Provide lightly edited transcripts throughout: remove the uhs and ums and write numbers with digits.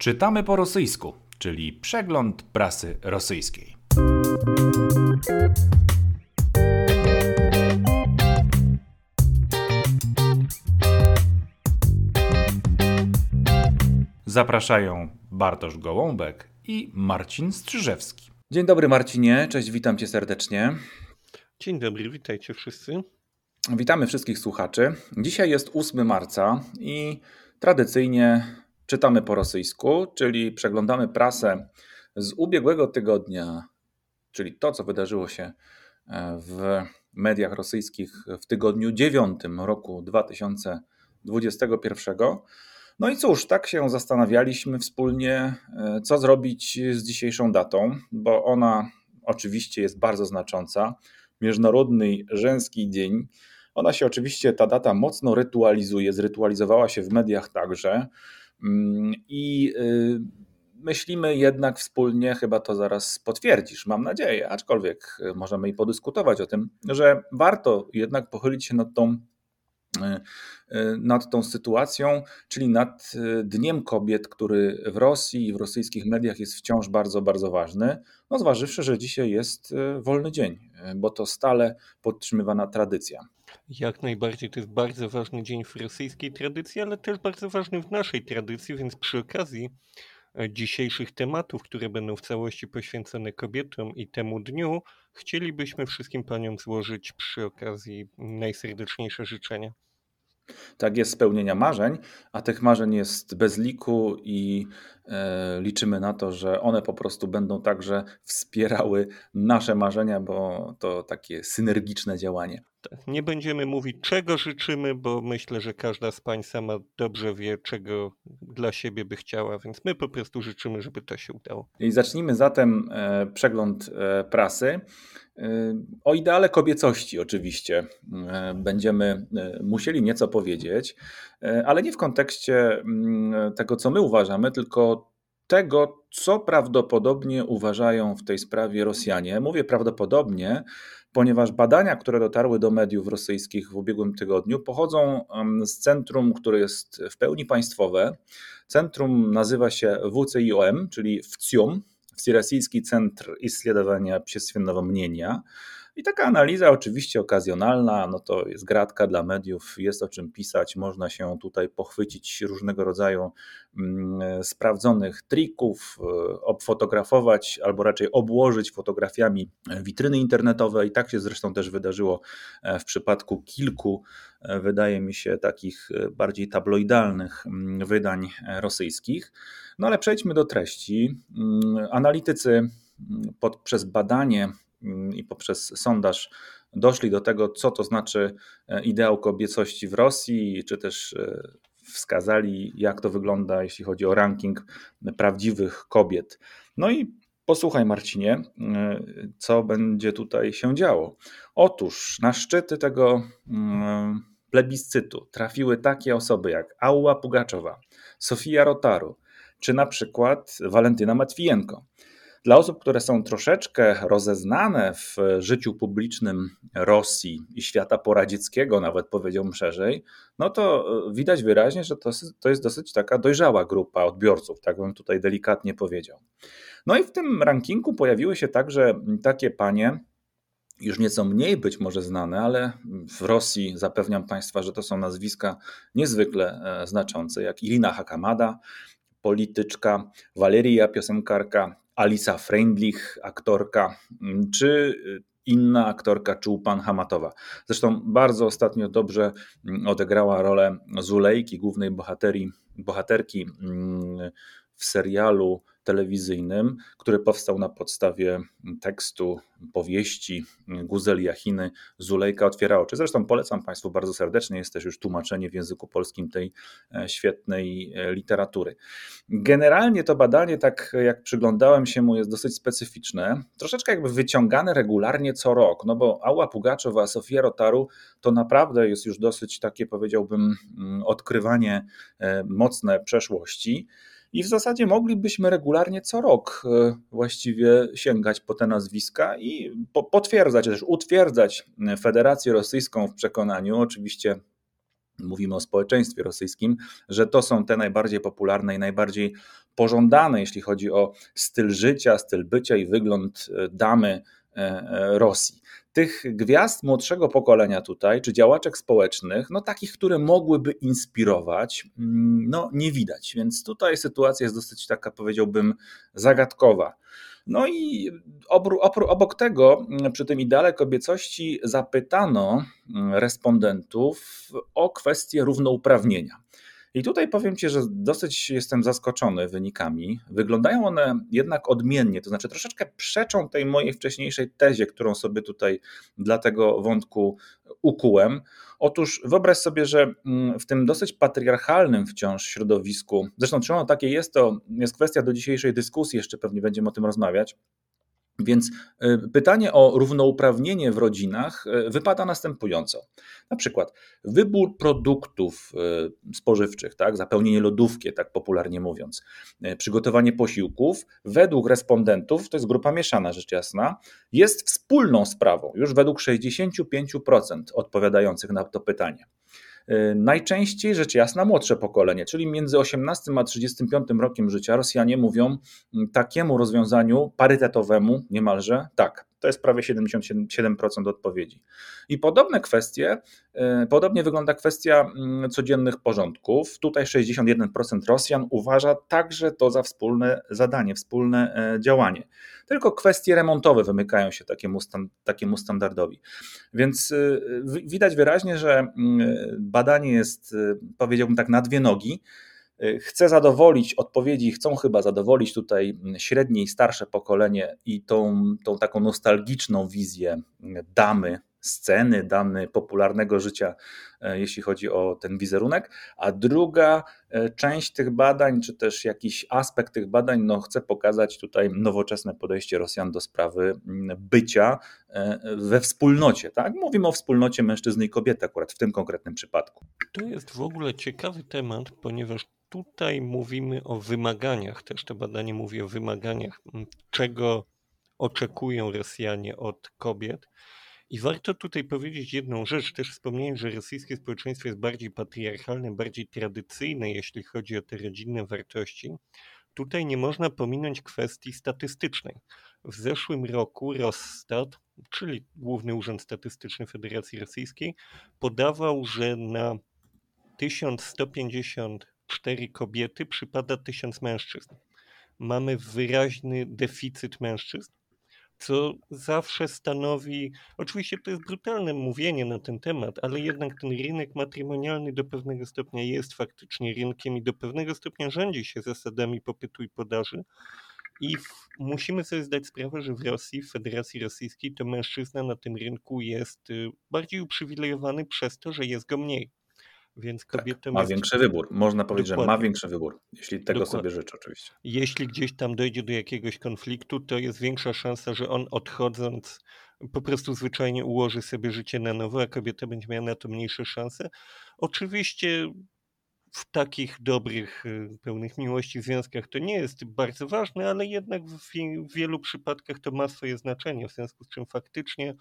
Czytamy po rosyjsku, czyli przegląd prasy rosyjskiej. Zapraszają Bartosz Gołąbek i Marcin Strzyżewski. Dzień dobry Marcinie, cześć, witam cię serdecznie. Dzień dobry, witajcie wszyscy. Witamy wszystkich słuchaczy. Dzisiaj jest 8 marca i tradycyjnie czytamy po rosyjsku, czyli przeglądamy prasę z ubiegłego tygodnia, czyli to, co wydarzyło się w mediach rosyjskich w tygodniu 9 roku 2021. No i cóż, tak się zastanawialiśmy wspólnie, co zrobić z dzisiejszą datą, bo ona oczywiście jest bardzo znacząca. Międzynarodny Żeński Dzień. Ona się oczywiście, ta data mocno rytualizuje, zrytualizowała się w mediach także i myślimy jednak wspólnie, chyba to zaraz potwierdzisz, mam nadzieję, aczkolwiek możemy i podyskutować o tym, że warto jednak pochylić się nad tą sytuacją, czyli nad Dniem Kobiet, który w Rosji i w rosyjskich mediach jest wciąż bardzo, bardzo ważny, no zważywszy, że dzisiaj jest wolny dzień, bo to stale podtrzymywana tradycja. Jak najbardziej, to jest bardzo ważny dzień w rosyjskiej tradycji, ale też bardzo ważny w naszej tradycji, więc przy okazji dzisiejszych tematów, które będą w całości poświęcone kobietom i temu dniu, chcielibyśmy wszystkim paniom złożyć przy okazji najserdeczniejsze życzenia. Tak jest, spełnienia marzeń, a tych marzeń jest bez liku i liczymy na to, że one po prostu będą także wspierały nasze marzenia, bo to takie synergiczne działanie. Tak, nie będziemy mówić, czego życzymy, bo myślę, że każda z pań sama dobrze wie, czego dla siebie by chciała, więc my po prostu życzymy, żeby to się udało. I zacznijmy zatem przegląd prasy. O ideale kobiecości oczywiście będziemy musieli nieco powiedzieć, ale nie w kontekście tego, co my uważamy, tylko tego, co prawdopodobnie uważają w tej sprawie Rosjanie. Mówię prawdopodobnie, ponieważ badania, które dotarły do mediów rosyjskich w ubiegłym tygodniu, pochodzą z centrum, które jest w pełni państwowe. Centrum nazywa się WCIOM, czyli WCIOM, Всероссийский центр исследования общественного мнения. I taka analiza oczywiście okazjonalna, no to jest gratka dla mediów, jest o czym pisać, można się tutaj pochwycić różnego rodzaju sprawdzonych trików, obfotografować albo raczej obłożyć fotografiami witryny internetowe i tak się zresztą też wydarzyło w przypadku kilku, wydaje mi się, takich bardziej tabloidalnych wydań rosyjskich. No ale przejdźmy do treści. Analitycy przez badanie i poprzez sondaż doszli do tego, co to znaczy ideał kobiecości w Rosji, czy też wskazali, jak to wygląda, jeśli chodzi o ranking prawdziwych kobiet. No i posłuchaj, Marcinie, co będzie tutaj się działo. Otóż na szczyty tego plebiscytu trafiły takie osoby jak Alla Pugaczowa, Sofia Rotaru, czy na przykład Walentyna Matwijenko. Dla osób, które są troszeczkę rozeznane w życiu publicznym Rosji i świata poradzieckiego, nawet powiedziałbym szerzej, no to widać wyraźnie, że to jest dosyć taka dojrzała grupa odbiorców, tak bym tutaj delikatnie powiedział. No i w tym rankingu pojawiły się także takie panie, już nieco mniej być może znane, ale w Rosji zapewniam Państwa, że to są nazwiska niezwykle znaczące, jak Irina Hakamada, polityczka, Waleria piosenkarka, Alisa Freundlich, aktorka, czy inna aktorka Czulpan Hamatowa. Zresztą bardzo ostatnio dobrze odegrała rolę Zulejki, głównej bohaterki w serialu telewizyjnym, który powstał na podstawie tekstu powieści Guzel Jachiny Zulejka otwiera oczy. Zresztą polecam Państwu bardzo serdecznie, jest też już tłumaczenie w języku polskim tej świetnej literatury. Generalnie to badanie, tak jak przyglądałem się mu, jest dosyć specyficzne, troszeczkę jakby wyciągane regularnie co rok, no bo Alla Pugaczowa, Sofia Rotaru to naprawdę jest już dosyć takie, powiedziałbym, odkrywanie mocne przeszłości. I w zasadzie moglibyśmy regularnie co rok właściwie sięgać po te nazwiska i potwierdzać, też utwierdzać Federację Rosyjską w przekonaniu, oczywiście mówimy o społeczeństwie rosyjskim, że to są te najbardziej popularne i najbardziej pożądane, jeśli chodzi o styl życia, styl bycia i wygląd damy Rosji. Tych gwiazd młodszego pokolenia tutaj, czy działaczek społecznych, no takich, które mogłyby inspirować, no nie widać. Więc tutaj sytuacja jest dosyć taka, powiedziałbym, zagadkowa. No i obok tego, przy tym ideale kobiecości zapytano respondentów o kwestię równouprawnienia. I tutaj powiem Ci, że dosyć jestem zaskoczony wynikami. Wyglądają one jednak odmiennie, to znaczy troszeczkę przeczą tej mojej wcześniejszej tezie, którą sobie tutaj dla tego wątku ukułem. Otóż wyobraź sobie, że w tym dosyć patriarchalnym wciąż środowisku, zresztą czy ono takie jest, to jest kwestia do dzisiejszej dyskusji, jeszcze pewnie będziemy o tym rozmawiać. Więc pytanie o równouprawnienie w rodzinach wypada następująco. Na przykład wybór produktów spożywczych, tak, zapełnienie lodówki, tak popularnie mówiąc, przygotowanie posiłków według respondentów, to jest grupa mieszana rzecz jasna, jest wspólną sprawą, już według 65% odpowiadających na to pytanie. Najczęściej rzecz jasna młodsze pokolenie, czyli między 18 a 35 rokiem życia Rosjanie mówią takiemu rozwiązaniu parytetowemu niemalże tak. To jest prawie 77% odpowiedzi. I podobnie wygląda kwestia codziennych porządków. Tutaj 61% Rosjan uważa także to za wspólne zadanie, wspólne działanie. Tylko kwestie remontowe wymykają się takiemu standardowi. Więc widać wyraźnie, że badanie jest, powiedziałbym tak, na dwie nogi. Chcą chyba zadowolić tutaj średnie i starsze pokolenie i tą taką nostalgiczną wizję damy sceny, damy popularnego życia, jeśli chodzi o ten wizerunek, a druga część tych badań, czy też jakiś aspekt tych badań, no chce pokazać tutaj nowoczesne podejście Rosjan do sprawy bycia we wspólnocie. Tak? Mówimy o wspólnocie mężczyzny i kobiety akurat w tym konkretnym przypadku. To jest w ogóle ciekawy temat, ponieważ tutaj mówimy o wymaganiach, też to badanie mówi o wymaganiach, czego oczekują Rosjanie od kobiet. I warto tutaj powiedzieć jedną rzecz, też wspomnieć, że rosyjskie społeczeństwo jest bardziej patriarchalne, bardziej tradycyjne, jeśli chodzi o te rodzinne wartości. Tutaj nie można pominąć kwestii statystycznej. W zeszłym roku Rosstat, czyli Główny Urząd Statystyczny Federacji Rosyjskiej, podawał, że na 1154 kobiety przypada 1000 mężczyzn. Mamy wyraźny deficyt mężczyzn, co zawsze stanowi, oczywiście to jest brutalne mówienie na ten temat, ale jednak ten rynek matrymonialny do pewnego stopnia jest faktycznie rynkiem i do pewnego stopnia rządzi się zasadami popytu i podaży. I musimy sobie zdać sprawę, że w Rosji, w Federacji Rosyjskiej, to mężczyzna na tym rynku jest bardziej uprzywilejowany przez to, że jest go mniej. Więc kobietom ma większy wybór. Można powiedzieć, Dokładnie. że ma większy wybór, jeśli tego sobie życzy oczywiście. Jeśli gdzieś tam dojdzie do jakiegoś konfliktu, to jest większa szansa, że on odchodząc po prostu zwyczajnie ułoży sobie życie na nowo, a kobieta będzie miała na to mniejsze szanse. Oczywiście w takich dobrych, pełnych miłości związkach to nie jest bardzo ważne, ale jednak w wielu przypadkach to ma swoje znaczenie, w związku z czym faktycznie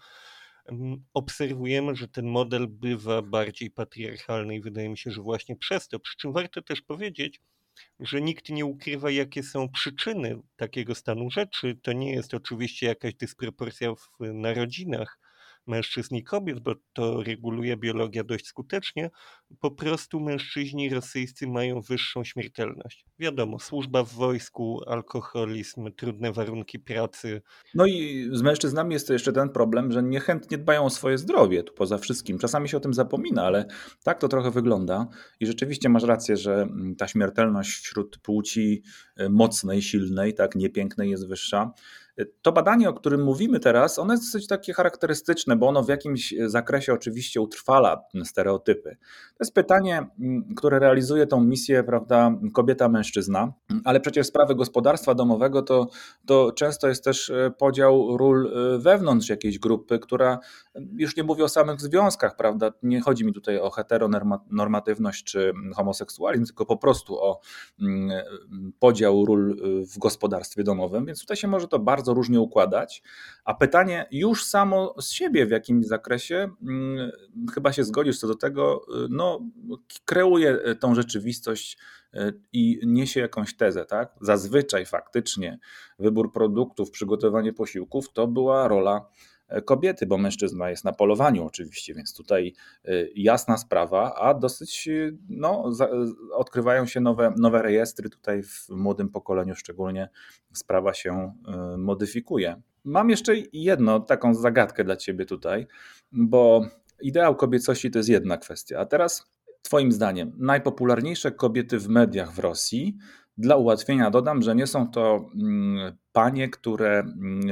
obserwujemy, że ten model bywa bardziej patriarchalny i wydaje mi się, że właśnie przez to, przy czym warto też powiedzieć, że nikt nie ukrywa, jakie są przyczyny takiego stanu rzeczy. To nie jest oczywiście jakaś dysproporcja w narodzinach mężczyzn i kobiet, bo to reguluje biologia dość skutecznie. Po prostu mężczyźni rosyjscy mają wyższą śmiertelność. Wiadomo, służba w wojsku, alkoholizm, trudne warunki pracy. No i z mężczyznami jest to jeszcze ten problem, że niechętnie dbają o swoje zdrowie, tu poza wszystkim. Czasami się o tym zapomina, ale tak to trochę wygląda. I rzeczywiście masz rację, że ta śmiertelność wśród płci mocnej, silnej, tak, niepięknej jest wyższa. To badanie, o którym mówimy teraz, ono jest dosyć takie charakterystyczne, bo ono w jakimś zakresie oczywiście utrwala stereotypy. To jest pytanie, które realizuje tą misję, prawda, kobieta-mężczyzna, ale przecież sprawy gospodarstwa domowego to często jest też podział ról wewnątrz jakiejś grupy, która, już nie mówię o samych związkach, prawda, nie chodzi mi tutaj o heteronormatywność czy homoseksualizm, tylko po prostu o podział ról w gospodarstwie domowym, więc tutaj się może to bardzo bardzo różnie układać, a pytanie już samo z siebie w jakimś zakresie, chyba się zgodzisz co do tego, no, kreuje tą rzeczywistość i niesie jakąś tezę, tak? Zazwyczaj faktycznie wybór produktów, przygotowanie posiłków to była rola kobiety, bo mężczyzna jest na polowaniu oczywiście, więc tutaj jasna sprawa, a dosyć no, odkrywają się nowe rejestry tutaj w młodym pokoleniu szczególnie sprawa się modyfikuje. Mam jeszcze jedną taką zagadkę dla ciebie tutaj, bo ideał kobiecości to jest jedna kwestia, a teraz twoim zdaniem najpopularniejsze kobiety w mediach w Rosji, dla ułatwienia dodam, że nie są to panie, które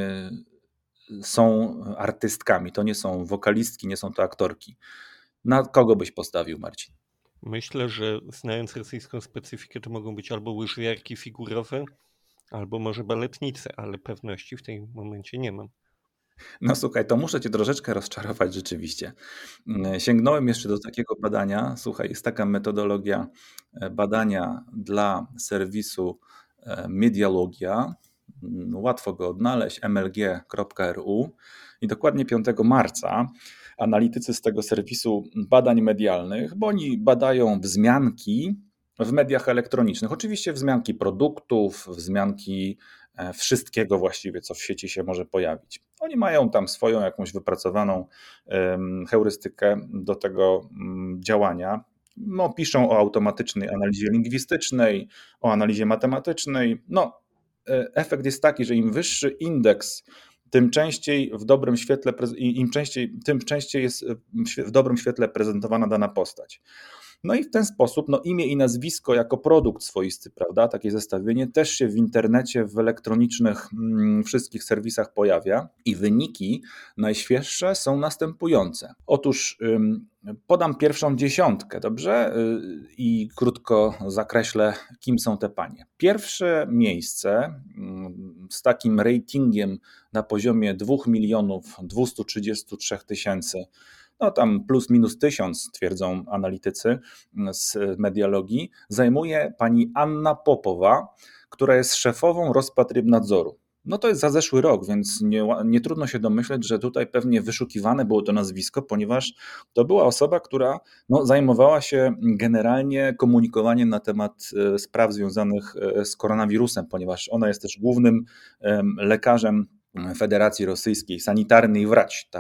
są artystkami, to nie są wokalistki, nie są to aktorki. Na kogo byś postawił, Marcin? Myślę, że znając rosyjską specyfikę, to mogą być albo łyżwiarki figurowe, albo może baletnice, ale pewności w tym momencie nie mam. No słuchaj, to muszę cię troszeczkę rozczarować rzeczywiście. Sięgnąłem jeszcze do takiego badania. Słuchaj, jest taka metodologia badania dla serwisu Medialogia. Łatwo go odnaleźć, mlg.ru i dokładnie 5 marca analitycy z tego serwisu badań medialnych, bo oni badają wzmianki w mediach elektronicznych. Oczywiście wzmianki produktów, wzmianki wszystkiego właściwie, co w sieci się może pojawić. Oni mają tam swoją jakąś wypracowaną heurystykę do tego działania. No, piszą o automatycznej analizie lingwistycznej, o analizie matematycznej. No, efekt jest taki, że im wyższy indeks, tym częściej w dobrym świetle, tym częściej jest w dobrym świetle prezentowana dana postać. No i w ten sposób imię i nazwisko jako produkt swoisty, prawda, takie zestawienie też się w internecie, w elektronicznych wszystkich serwisach pojawia i wyniki najświeższe są następujące. Otóż podam pierwszą dziesiątkę, dobrze? I krótko zakreślę, kim są te panie. Pierwsze miejsce z takim ratingiem na poziomie 2 233 000, no tam plus minus 1000, twierdzą analitycy z Medialogii, zajmuje pani Anna Popowa, która jest szefową Rospatryb-nadzoru. No to jest za zeszły rok, więc nie trudno się domyśleć, że tutaj pewnie wyszukiwane było to nazwisko, ponieważ to była osoba, która zajmowała się generalnie komunikowaniem na temat spraw związanych z koronawirusem, ponieważ ona jest też głównym lekarzem Federacji Rosyjskiej, sanitarny wrać,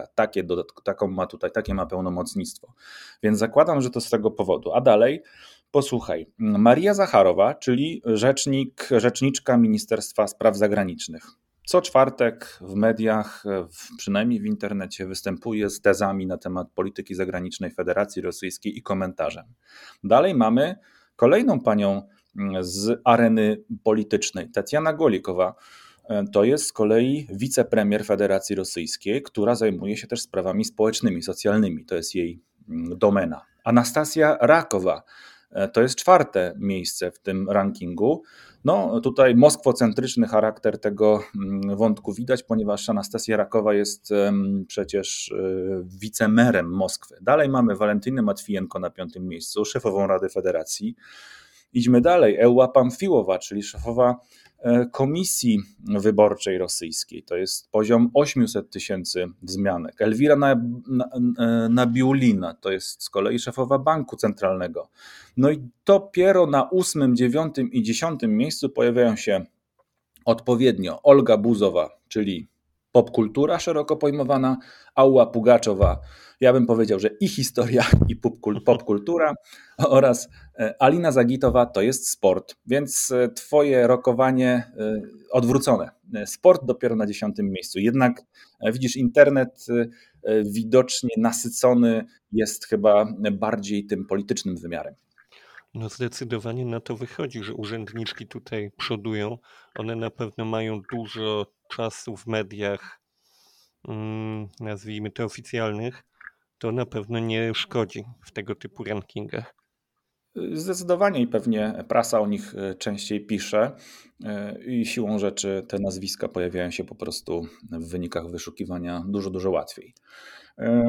takie ma pełnomocnictwo. Więc zakładam, że to z tego powodu. A dalej, posłuchaj, Maria Zacharowa, czyli rzeczniczka Ministerstwa Spraw Zagranicznych. Co czwartek w mediach, przynajmniej w internecie, występuje z tezami na temat polityki zagranicznej Federacji Rosyjskiej i komentarzem. Dalej mamy kolejną panią z areny politycznej, Tatiana Golikowa. To jest z kolei wicepremier Federacji Rosyjskiej, która zajmuje się też sprawami społecznymi, socjalnymi. To jest jej domena. Anastasja Rakowa to jest 4. miejsce w tym rankingu. No tutaj moskwocentryczny charakter tego wątku widać, ponieważ Anastasja Rakowa jest przecież wicemerem Moskwy. Dalej mamy Walentynę Matwijenko na 5. miejscu, szefową Rady Federacji. Idźmy dalej. Eła Pamfiłowa, czyli szefowa Komisji Wyborczej Rosyjskiej. To jest poziom 800 000 wzmianek. Elwira Nabiulina to jest z kolei szefowa Banku Centralnego. No i dopiero na 8., 9. i 10. miejscu pojawiają się odpowiednio Olga Buzowa, czyli popkultura szeroko pojmowana, Alla Pugaczowa, ja bym powiedział, że i historia, i popkultura, oraz Alina Zagitowa to jest sport, więc twoje rokowanie odwrócone. Sport dopiero na 10. miejscu. Jednak widzisz, internet widocznie nasycony jest chyba bardziej tym politycznym wymiarem. No zdecydowanie na to wychodzi, że urzędniczki tutaj przodują. One na pewno mają dużo czasu w mediach, nazwijmy to oficjalnych. To na pewno nie szkodzi w tego typu rankingach. Zdecydowanie i pewnie prasa o nich częściej pisze i siłą rzeczy te nazwiska pojawiają się po prostu w wynikach wyszukiwania dużo łatwiej.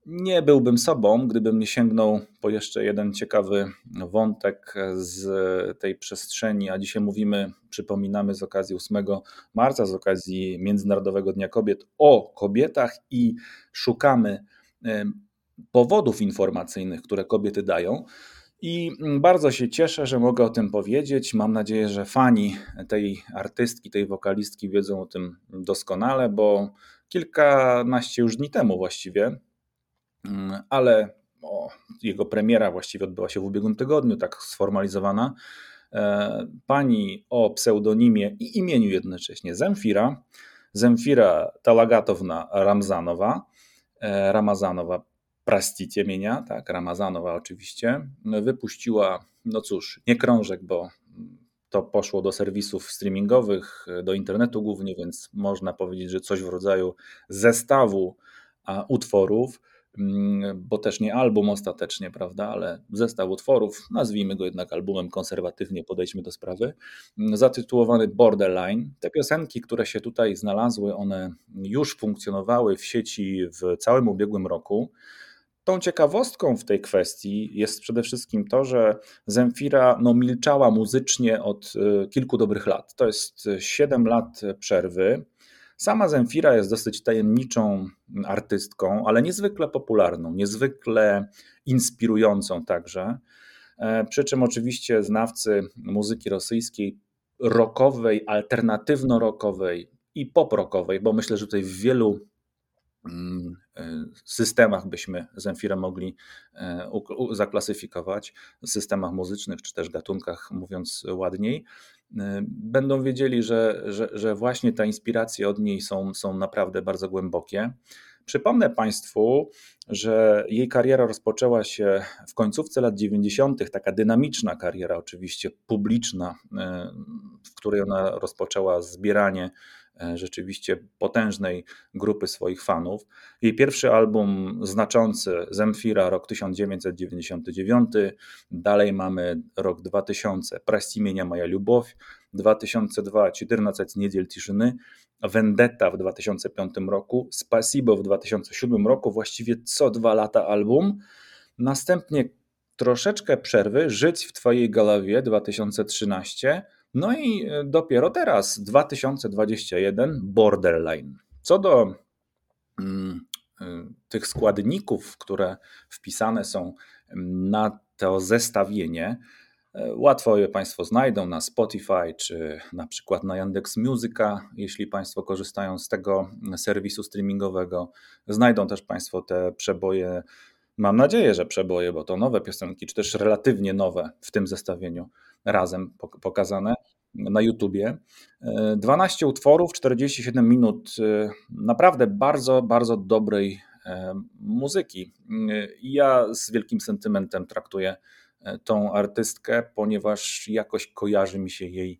Nie byłbym sobą, gdybym nie sięgnął po jeszcze jeden ciekawy wątek z tej przestrzeni, a dzisiaj mówimy, przypominamy z okazji 8 marca, z okazji Międzynarodowego Dnia Kobiet o kobietach i szukamy powodów informacyjnych, które kobiety dają. I bardzo się cieszę, że mogę o tym powiedzieć. Mam nadzieję, że fani tej artystki, tej wokalistki wiedzą o tym doskonale, bo kilkanaście już dni temu właściwie, ale jego premiera właściwie odbyła się w ubiegłym tygodniu, tak sformalizowana. Pani o pseudonimie i imieniu jednocześnie Zemfira Talagatowna Ramazanowa, простите меня, tak, Ramazanowa oczywiście, wypuściła, no cóż, nie krążek, bo to poszło do serwisów streamingowych, do internetu głównie, więc można powiedzieć, że coś w rodzaju zestawu utworów, bo też nie album ostatecznie, prawda, ale zestaw utworów, nazwijmy go jednak albumem konserwatywnie, podejdźmy do sprawy, zatytułowany Borderline. Te piosenki, które się tutaj znalazły, one już funkcjonowały w sieci w całym ubiegłym roku. Tą ciekawostką w tej kwestii jest przede wszystkim to, że Zemfira milczała muzycznie od kilku dobrych lat. To jest 7 lat przerwy. Sama Zemfira jest dosyć tajemniczą artystką, ale niezwykle popularną, niezwykle inspirującą także. Przy czym oczywiście znawcy muzyki rosyjskiej, rockowej, alternatywno-rockowej i pop-rockowej, bo myślę, że tutaj w wielu systemach byśmy Zemfirę mogli zaklasyfikować, systemach muzycznych czy też gatunkach, mówiąc ładniej, będą wiedzieli, że właśnie te inspiracje od niej są naprawdę bardzo głębokie. Przypomnę Państwu, że jej kariera rozpoczęła się w końcówce lat 90., taka dynamiczna kariera, oczywiście publiczna, w której ona rozpoczęła zbieranie rzeczywiście potężnej grupy swoich fanów. Jej pierwszy album znaczący, Zemfira, rok 1999, dalej mamy rok 2000, Прости меня, моя любовь, 2002, 14 niedziel ciszyny, Vendetta w 2005 roku, Spasibo w 2007 roku, właściwie co 2 lata album. Następnie troszeczkę przerwy, Żyć w twojej głowie 2013, no i dopiero teraz 2021 Borderline. Co do tych składników, które wpisane są na to zestawienie, łatwo je Państwo znajdą na Spotify czy na przykład na Yandex Musica, jeśli Państwo korzystają z tego serwisu streamingowego. Znajdą też Państwo te przeboje, mam nadzieję, że przeboje, bo to nowe piosenki, czy też relatywnie nowe w tym zestawieniu razem pokazane na YouTubie. 12 utworów, 47 minut naprawdę bardzo, bardzo dobrej muzyki. Ja z wielkim sentymentem traktuję tą artystkę, ponieważ jakoś kojarzy mi się jej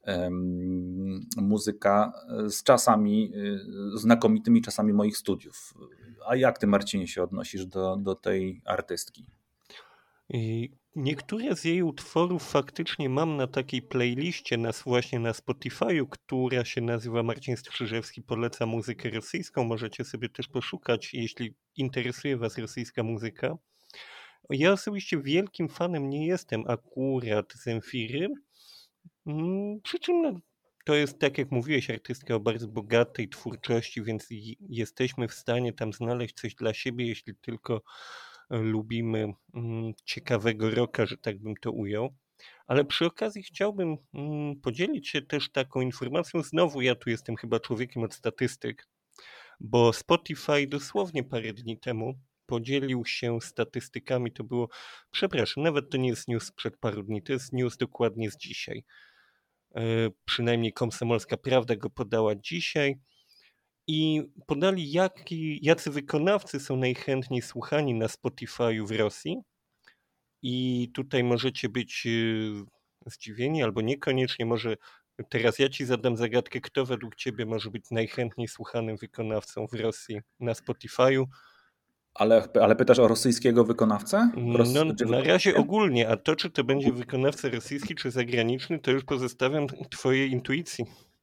muzyka z czasami, znakomitymi czasami moich studiów. A jak ty, Marcinie, się odnosisz do tej artystki? Niektóre z jej utworów faktycznie mam na takiej playliście właśnie na Spotify'u, która się nazywa Marcin Strzyżewski poleca muzykę rosyjską. Możecie sobie też poszukać, jeśli interesuje Was rosyjska muzyka. Ja osobiście wielkim fanem nie jestem akurat Zemfiry, przy czym to jest, tak jak mówiłeś, artystka o bardzo bogatej twórczości, więc jesteśmy w stanie tam znaleźć coś dla siebie, jeśli tylko lubimy ciekawego rocka, że tak bym to ujął. Ale przy okazji chciałbym podzielić się też taką informacją. Znowu ja tu jestem chyba człowiekiem od statystyk, bo Spotify dosłownie parę dni temu podzielił się statystykami. To było, przepraszam, nawet to nie jest news sprzed paru dni, to jest news dokładnie z dzisiaj. Przynajmniej Komsomolska Prawda go podała dzisiaj i podali, jacy wykonawcy są najchętniej słuchani na Spotify'u w Rosji. I tutaj możecie być zdziwieni, albo niekoniecznie. Może teraz ja ci zadam zagadkę, kto według ciebie może być najchętniej słuchanym wykonawcą w Rosji na Spotify'u? Ale pytasz o rosyjskiego wykonawcę? No, na razie ogólnie, a to, czy to będzie wykonawca rosyjski czy zagraniczny, to już pozostawiam twojej intuicji.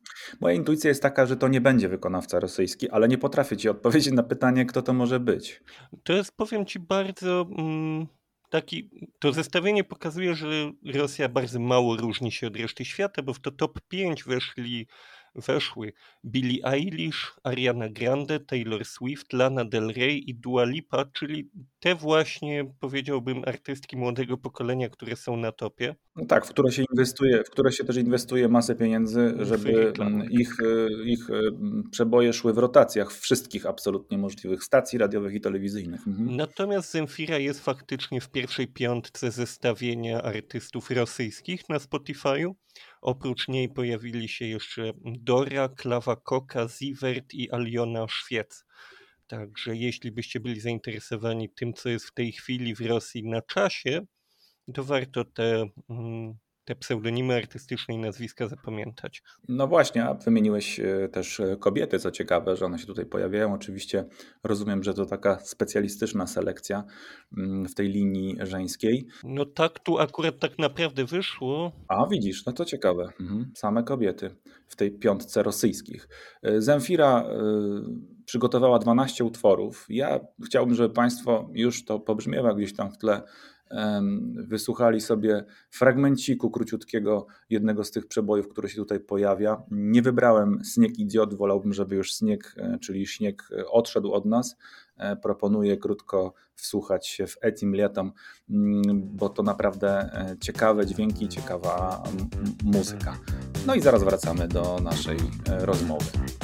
Moja intuicja jest taka, że to nie będzie wykonawca rosyjski, ale nie potrafię ci odpowiedzieć na pytanie, kto to może być. To jest, powiem ci, bardzo to zestawienie pokazuje, że Rosja bardzo mało różni się od reszty świata, bo w to top 5 weszły Billie Eilish, Ariana Grande, Taylor Swift, Lana Del Rey i Dua Lipa, czyli te właśnie, powiedziałbym, artystki młodego pokolenia, które są na topie. No tak, w które się też inwestuje masę pieniędzy, W żeby reklamę. ich przeboje szły w rotacjach wszystkich absolutnie możliwych stacji radiowych i telewizyjnych. Natomiast Zemfira jest faktycznie w pierwszej piątce zestawienia artystów rosyjskich na Spotify'u. Oprócz niej pojawili się jeszcze Dora, Klawa Koka, Zivert i Aliona Szwiec. Także jeśli byście byli zainteresowani tym, co jest w tej chwili w Rosji na czasie, to warto te pseudonimy artystyczne i nazwiska zapamiętać. No właśnie, a wymieniłeś też kobiety, co ciekawe, że one się tutaj pojawiają. Oczywiście rozumiem, że to taka specjalistyczna selekcja w tej linii żeńskiej. No tak, tu akurat tak naprawdę wyszło. A widzisz, no to ciekawe. Same kobiety w tej piątce rosyjskich. Zemfira przygotowała 12 utworów. Ja chciałbym, żeby Państwo już to pobrzmiewa gdzieś tam w tle, wysłuchali sobie fragmenciku króciutkiego jednego z tych przebojów, który się tutaj pojawia. Nie wybrałem Śnieg Idiot, wolałbym, żeby już śnieg, czyli śnieg odszedł od nas. Proponuję krótko wsłuchać się w Etim Letom, bo to naprawdę ciekawe dźwięki, ciekawa muzyka. No i zaraz wracamy do naszej rozmowy.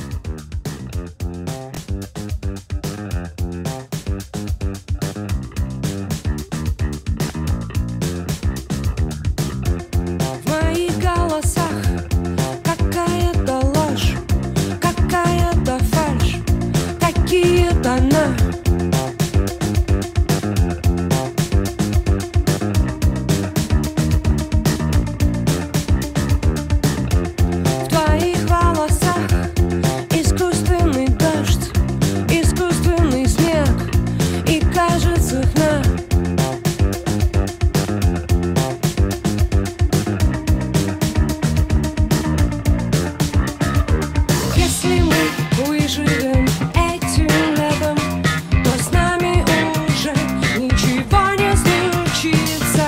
В моих голосах какая-то ложь, какая-то фальшь, такие тона. В твоих волосах искусственный дождь, искусственный снег, и кажется хна. Если мы выживем этим летом, то с нами уже ничего не случится.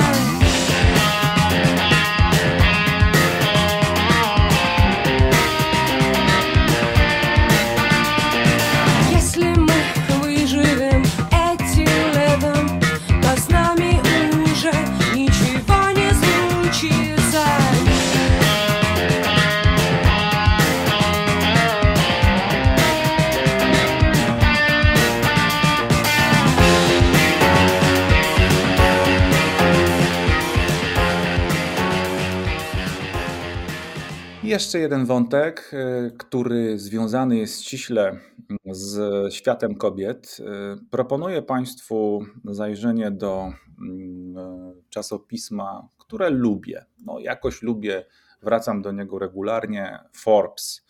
Если мы выживем этим летом, то с нами уже ничего не случится. Jeszcze jeden wątek, który związany jest ściśle z światem kobiet. Proponuję Państwu zajrzenie do czasopisma, które lubię. No, jakoś lubię, wracam do niego regularnie, Forbes.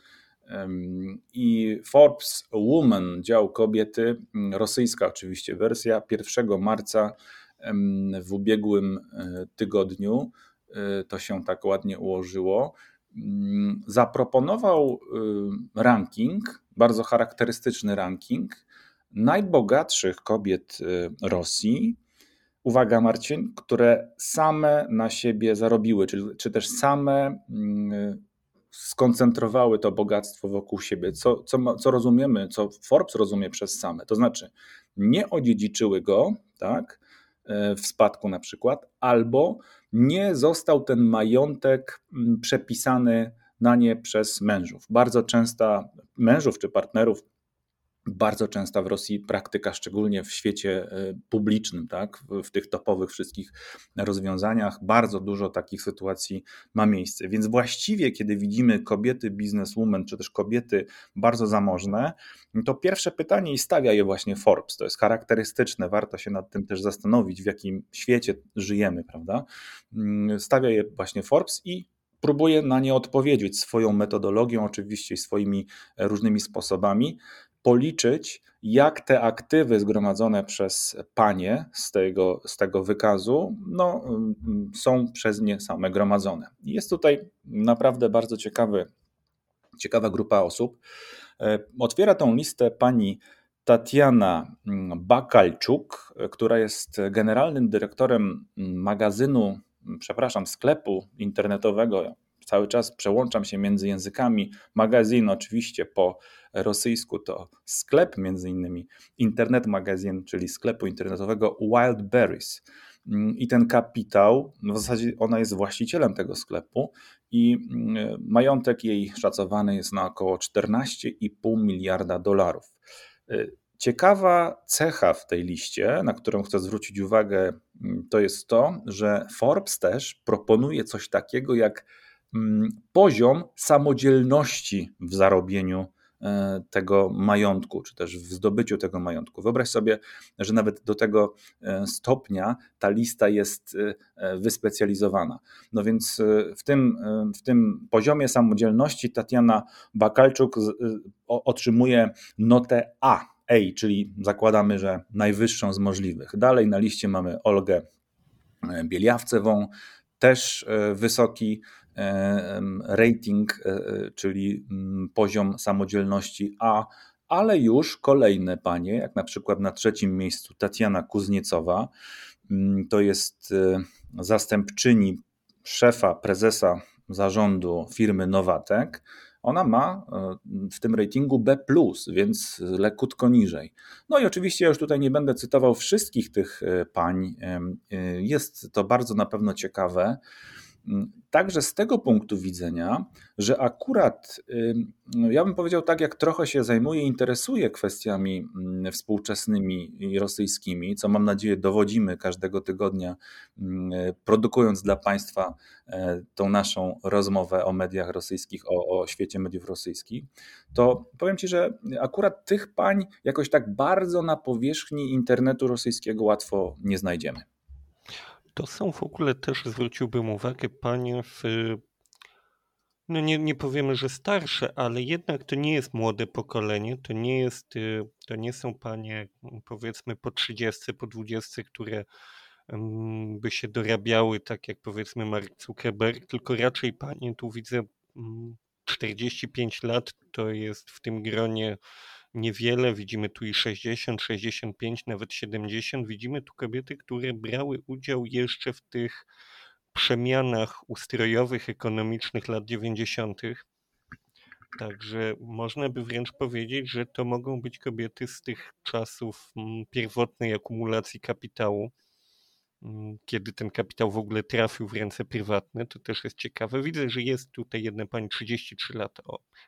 I Forbes Woman, dział kobiety, rosyjska oczywiście wersja, 1 marca w ubiegłym tygodniu, to się tak ładnie ułożyło, zaproponował ranking, bardzo charakterystyczny ranking najbogatszych kobiet Rosji. Uwaga, Marcin, które same na siebie zarobiły, czy też same skoncentrowały to bogactwo wokół siebie. Co rozumiemy, co Forbes rozumie przez same, to znaczy nie odziedziczyły go, tak, w spadku na przykład, albo nie został ten majątek przepisany na nie przez mężów. Bardzo często mężów czy partnerów, bardzo częsta w Rosji praktyka, szczególnie w świecie publicznym, tak, w tych topowych wszystkich rozwiązaniach, bardzo dużo takich sytuacji ma miejsce. Więc właściwie, kiedy widzimy kobiety bizneswomen, czy też kobiety bardzo zamożne, to pierwsze pytanie i stawia je właśnie Forbes. To jest charakterystyczne, warto się nad tym też zastanowić, w jakim świecie żyjemy, prawda? Stawia je właśnie Forbes i próbuje na nie odpowiedzieć swoją metodologią, oczywiście swoimi różnymi sposobami, policzyć, jak te aktywy zgromadzone przez panie z tego wykazu są przez nie same gromadzone. Jest tutaj naprawdę bardzo ciekawy ciekawa grupa osób. Otwiera tą listę pani Tatiana Bakalczuk, która jest generalnym dyrektorem sklepu internetowego. Cały czas przełączam się między językami. Magazyn oczywiście po rosyjsku to sklep, między innymi Internet Magazyn, czyli sklepu internetowego Wildberries. I ten kapitał, w zasadzie ona jest właścicielem tego sklepu i majątek jej szacowany jest na około $14,5 miliarda. Ciekawa cecha w tej liście, na którą chcę zwrócić uwagę, to jest to, że Forbes też proponuje coś takiego jak poziom samodzielności w zarobieniu tego majątku, czy też w zdobyciu tego majątku. Wyobraź sobie, że nawet do tego stopnia ta lista jest wyspecjalizowana. No więc w tym poziomie samodzielności Tatiana Bakalczuk otrzymuje notę A, czyli zakładamy, że najwyższą z możliwych. Dalej na liście mamy Olgę Bieliawcewą, też wysoki rating, czyli poziom samodzielności A, ale już kolejne panie, jak na przykład na 3. miejscu Tatiana Kuzniecowa, to jest zastępczyni szefa, prezesa zarządu firmy Nowatek. Ona ma w tym ratingu B+, więc lekutko niżej. No i oczywiście ja już tutaj nie będę cytował wszystkich tych pań. Jest to bardzo na pewno ciekawe. Także z tego punktu widzenia, że akurat, ja bym powiedział tak, jak trochę się zajmuję, interesuję kwestiami współczesnymi i rosyjskimi, co mam nadzieję dowodzimy każdego tygodnia, produkując dla Państwa tą naszą rozmowę o mediach rosyjskich, o świecie mediów rosyjskich, to powiem Ci, że akurat tych pań jakoś tak bardzo na powierzchni internetu rosyjskiego łatwo nie znajdziemy. To są w ogóle też, zwróciłbym uwagę, panie no nie powiemy, że starsze, ale jednak to nie jest młode pokolenie, to nie są panie powiedzmy po 30, po 20, które by się dorabiały tak jak powiedzmy Mark Zuckerberg, tylko raczej panie, tu widzę 45 lat, to jest w tym gronie niewiele, widzimy tu i 60, 65, nawet 70, widzimy tu kobiety, które brały udział jeszcze w tych przemianach ustrojowych, ekonomicznych lat 90. Także można by wręcz powiedzieć, że to mogą być kobiety z tych czasów pierwotnej akumulacji kapitału, kiedy ten kapitał w ogóle trafił w ręce prywatne, to też jest ciekawe. Widzę, że jest tutaj jedna pani 33 lata,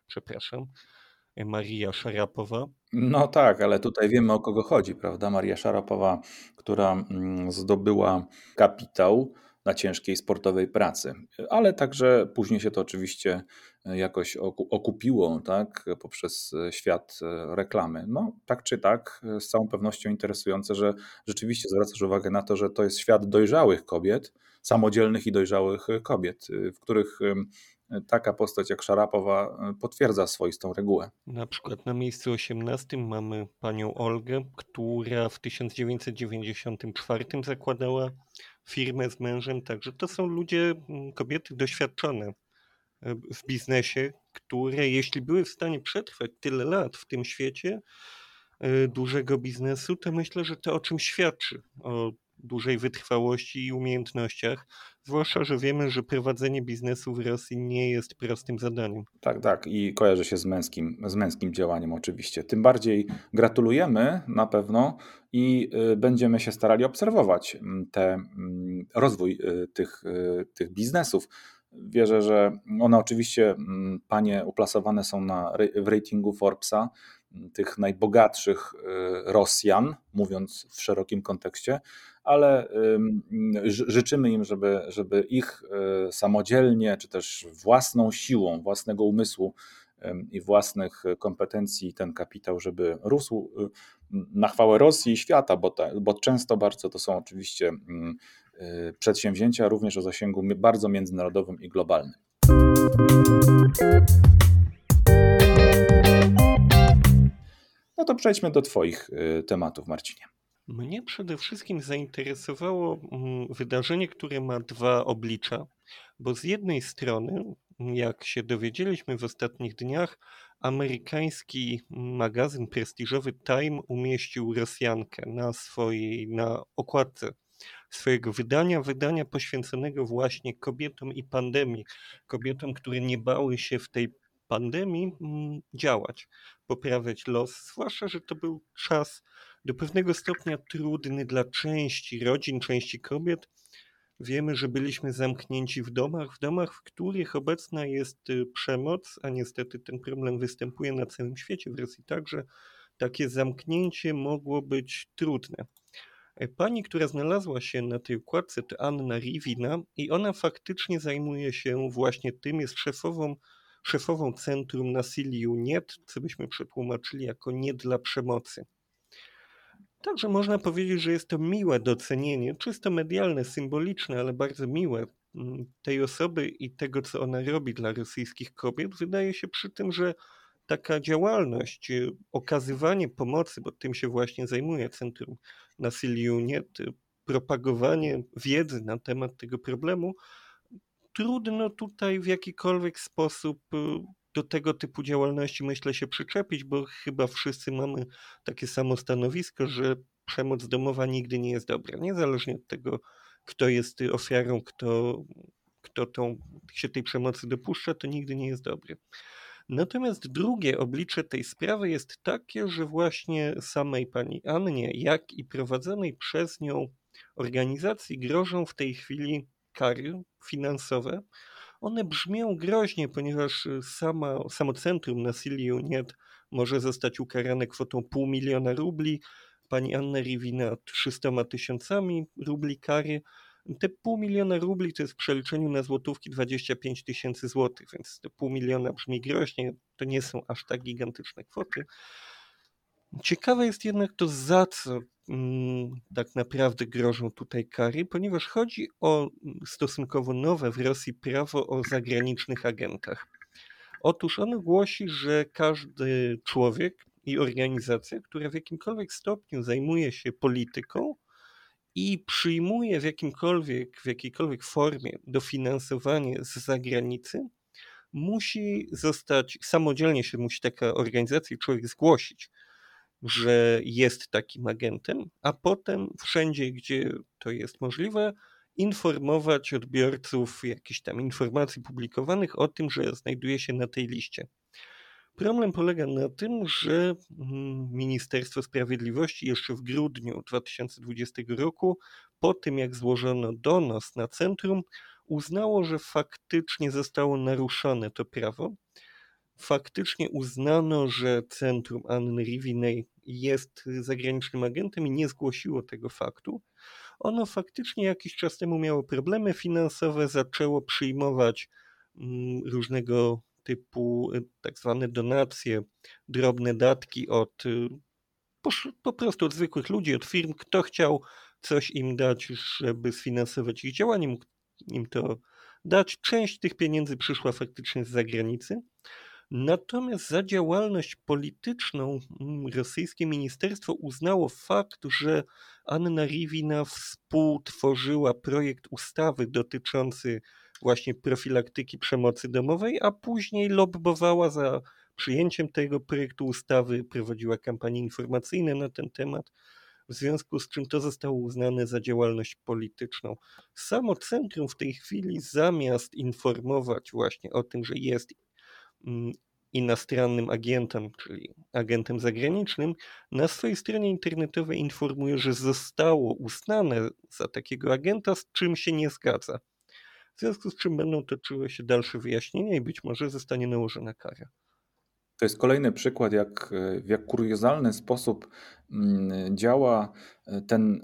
Maria Szarapowa. No tak, ale tutaj wiemy, o kogo chodzi, prawda? Maria Szarapowa, która zdobyła kapitał na ciężkiej sportowej pracy, ale także później się to oczywiście jakoś okupiło, tak, poprzez świat reklamy. No tak czy tak, z całą pewnością interesujące, że rzeczywiście zwracasz uwagę na to, że to jest świat dojrzałych kobiet, samodzielnych i dojrzałych kobiet, w których taka postać jak Szarapowa potwierdza swoistą regułę. Na przykład na miejscu 18 mamy panią Olgę, która w 1994 zakładała firmę z mężem, także to są ludzie, kobiety doświadczone w biznesie, które jeśli były w stanie przetrwać tyle lat w tym świecie dużego biznesu, to myślę, że to o czym świadczy, o dużej wytrwałości i umiejętnościach, zwłaszcza, że wiemy, że prowadzenie biznesu w Rosji nie jest prostym zadaniem. Tak, i kojarzy się z męskim działaniem oczywiście. Tym bardziej gratulujemy na pewno i będziemy się starali obserwować rozwój tych biznesów. Wierzę, że one oczywiście, panie, uplasowane są w ratingu Forbesa, tych najbogatszych Rosjan, mówiąc w szerokim kontekście, ale życzymy im, żeby ich samodzielnie, czy też własną siłą, własnego umysłu i własnych kompetencji ten kapitał, żeby rósł na chwałę Rosji i świata, bo często bardzo to są oczywiście przedsięwzięcia również o zasięgu bardzo międzynarodowym i globalnym. No to przejdźmy do Twoich tematów, Marcinie. Mnie przede wszystkim zainteresowało wydarzenie, które ma dwa oblicza, bo z jednej strony jak się dowiedzieliśmy w ostatnich dniach, amerykański magazyn prestiżowy Time umieścił Rosjankę na okładce swojego wydania poświęconego właśnie kobietom i pandemii, kobietom, które nie bały się w tej pandemii działać, poprawiać los, zwłaszcza, że to był czas do pewnego stopnia trudny dla części rodzin, części kobiet. Wiemy, że byliśmy zamknięci w domach, w których obecna jest przemoc, a niestety ten problem występuje na całym świecie, w Rosji także. Takie zamknięcie mogło być trudne. Pani, która znalazła się na tej układce, to Anna Rivina i ona faktycznie zajmuje się właśnie tym, jest szefową Centrum Nasiliu Niet, co byśmy przetłumaczyli jako nie dla przemocy. Także można powiedzieć, że jest to miłe docenienie, czysto medialne, symboliczne, ale bardzo miłe tej osoby i tego, co ona robi dla rosyjskich kobiet. Wydaje się przy tym, że taka działalność, okazywanie pomocy, bo tym się właśnie zajmuje Centrum Nasiliu Niet, propagowanie wiedzy na temat tego problemu, trudno tutaj w jakikolwiek sposób do tego typu działalności, myślę, się przyczepić, bo chyba wszyscy mamy takie samo stanowisko, że przemoc domowa nigdy nie jest dobra, niezależnie od tego, kto jest ofiarą, kto się tej przemocy dopuszcza, to nigdy nie jest dobry. Natomiast drugie oblicze tej sprawy jest takie, że właśnie samej pani Annie, jak i prowadzonej przez nią organizacji grożą w tej chwili kary finansowe. One brzmią groźnie, ponieważ samo Centrum Nasiliu Niet może zostać ukarane kwotą 500 000 rubli, pani Anna Rivina 300 000 rubli kary. Te 500 000 rubli to jest w przeliczeniu na złotówki 25 000 złotych, więc te 500 000 brzmi groźnie, to nie są aż tak gigantyczne kwoty. Ciekawe jest jednak to, za co tak naprawdę grożą tutaj kary, ponieważ chodzi o stosunkowo nowe w Rosji prawo o zagranicznych agentach. Otóż ono głosi, że każdy człowiek i organizacja, która w jakimkolwiek stopniu zajmuje się polityką i przyjmuje w jakiejkolwiek formie dofinansowanie z zagranicy, musi zostać, samodzielnie się musi taka organizacja i człowiek zgłosić, że jest takim agentem, a potem wszędzie, gdzie to jest możliwe, informować odbiorców jakichś tam informacji publikowanych o tym, że znajduje się na tej liście. Problem polega na tym, że Ministerstwo Sprawiedliwości jeszcze w grudniu 2020 roku, po tym jak złożono donos na centrum, uznało, że faktycznie zostało naruszone to prawo. Faktycznie uznano, że Centrum Anny Rivinej jest zagranicznym agentem i nie zgłosiło tego faktu. Ono faktycznie jakiś czas temu miało problemy finansowe, zaczęło przyjmować różnego typu tak zwane donacje, drobne datki od po prostu od zwykłych ludzi, od firm. Kto chciał coś im dać, żeby sfinansować ich działanie, mógł im to dać. Część tych pieniędzy przyszła faktycznie z zagranicy. Natomiast za działalność polityczną rosyjskie ministerstwo uznało fakt, że Anna Rivina współtworzyła projekt ustawy dotyczący właśnie profilaktyki przemocy domowej, a później lobbowała za przyjęciem tego projektu ustawy, prowadziła kampanie informacyjne na ten temat, w związku z czym to zostało uznane za działalność polityczną. Samo centrum w tej chwili zamiast informować właśnie o tym, że jest inostrannym agentem, czyli agentem zagranicznym, na swojej stronie internetowej informuje, że zostało uznane za takiego agenta, z czym się nie zgadza. W związku z czym będą toczyły się dalsze wyjaśnienia i być może zostanie nałożona kara. To jest kolejny przykład, w jak kuriozalny sposób działa ten